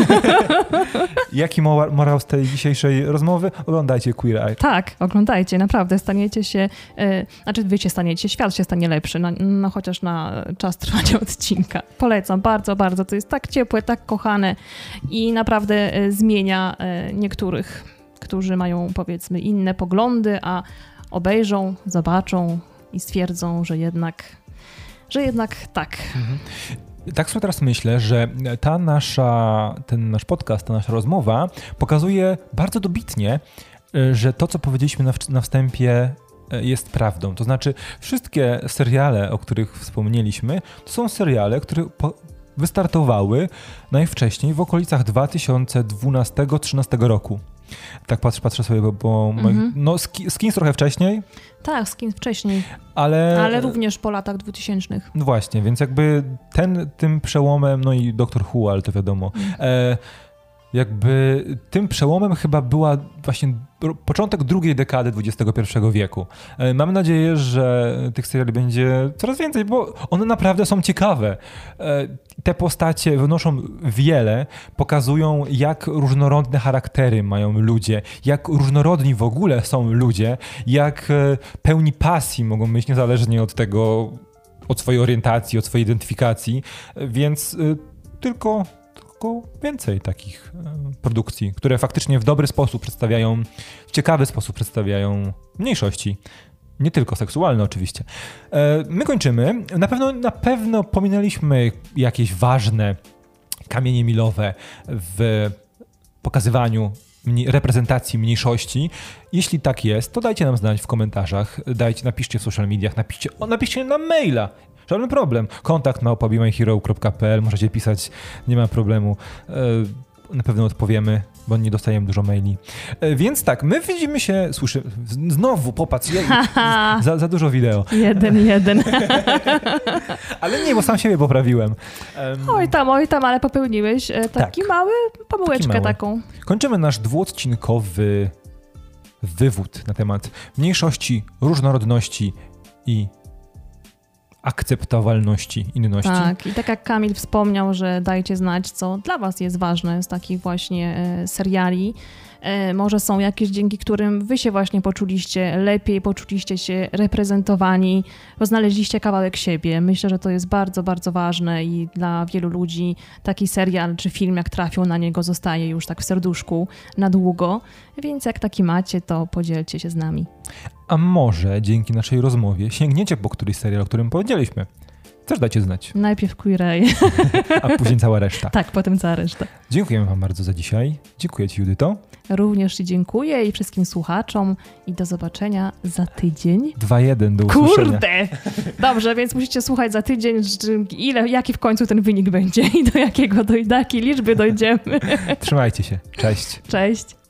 Jaki morał z tej dzisiejszej rozmowy? Oglądajcie Queer Eye. Tak, oglądajcie, naprawdę. Staniecie się, yy, znaczy wy się staniecie, świat się stanie lepszy, no, no chociaż na czas trwania odcinka. Polecam bardzo, bardzo. To jest tak ciepłe, tak kochane i naprawdę yy, zmienia yy, niektórych, którzy mają powiedzmy inne poglądy, a obejrzą, zobaczą i stwierdzą, że jednak, że jednak tak. Mhm. Tak sobie teraz myślę, że ta nasza, ten nasz podcast, ta nasza rozmowa pokazuje bardzo dobitnie, że to, co powiedzieliśmy na, na wstępie, jest prawdą. To znaczy, wszystkie seriale, o których wspomnieliśmy, to są seriale, które po, wystartowały najwcześniej w okolicach dwa tysiące dwunastego do dwa tysiące trzynastego roku. Tak patrzę, patrzę sobie, bo, bo mm-hmm. no Skins trochę wcześniej. Tak, Skins wcześniej, ale, ale również po latach dwutysięcznych. No właśnie, więc jakby ten, tym przełomem, no i Doktor Who, ale to wiadomo, mm. e, jakby tym przełomem chyba była właśnie początek drugiej dekady dwudziestego pierwszego wieku. E, mam nadzieję, że tych seriali będzie coraz więcej, bo one naprawdę są ciekawe. E, te postacie wnoszą wiele, pokazują, jak różnorodne charaktery mają ludzie, jak różnorodni w ogóle są ludzie, jak pełni pasji mogą być niezależnie od tego, od swojej orientacji, od swojej identyfikacji, więc tylko, tylko więcej takich produkcji, które faktycznie w dobry sposób przedstawiają, w ciekawy sposób przedstawiają mniejszości. Nie tylko seksualne oczywiście. My kończymy. Na pewno, na pewno pominęliśmy jakieś ważne kamienie milowe w pokazywaniu mniej, reprezentacji mniejszości. Jeśli tak jest, to dajcie nam znać w komentarzach, dajcie, napiszcie w social mediach, napiszcie, o, napiszcie nam maila. Żaden problem. Kontakt małpa be my hero kropka p l. Możecie pisać, nie ma problemu. Na pewno odpowiemy, bo nie dostajemy dużo maili. Więc tak, my widzimy się, słyszymy. Znowu, popatrz, ja, za, za dużo wideo. Jeden, jeden. Ale nie, bo sam siebie poprawiłem. Um, oj tam, oj tam, ale popełniłeś taki tak, mały, pomyłeczkę taki mały. taką. Kończymy nasz dwuodcinkowy wywód na temat mniejszości, różnorodności i akceptowalności inności. Tak, i tak jak Kamil wspomniał, że dajcie znać, co dla was jest ważne z takich właśnie e, seriali. E, może są jakieś, dzięki którym wy się właśnie poczuliście lepiej, poczuliście się reprezentowani, bo znaleźliście kawałek siebie. Myślę, że to jest bardzo, bardzo ważne i dla wielu ludzi taki serial czy film, jak trafią na niego, zostaje już tak w serduszku na długo. Więc jak taki macie, to podzielcie się z nami. A może dzięki naszej rozmowie sięgniecie po któryś serial, o którym powiedzieliśmy. Też dajcie znać. Najpierw Queer Eye. A później cała reszta. Tak, potem cała reszta. Dziękujemy wam bardzo za dzisiaj. Dziękuję ci, Judyto. Również ci dziękuję i wszystkim słuchaczom i do zobaczenia za tydzień. dwa jeden do usłyszenia. Kurde! Dobrze, więc musicie słuchać za tydzień, ile, jaki w końcu ten wynik będzie i do jakiego, do jakiej liczby dojdziemy. Trzymajcie się. Cześć. Cześć.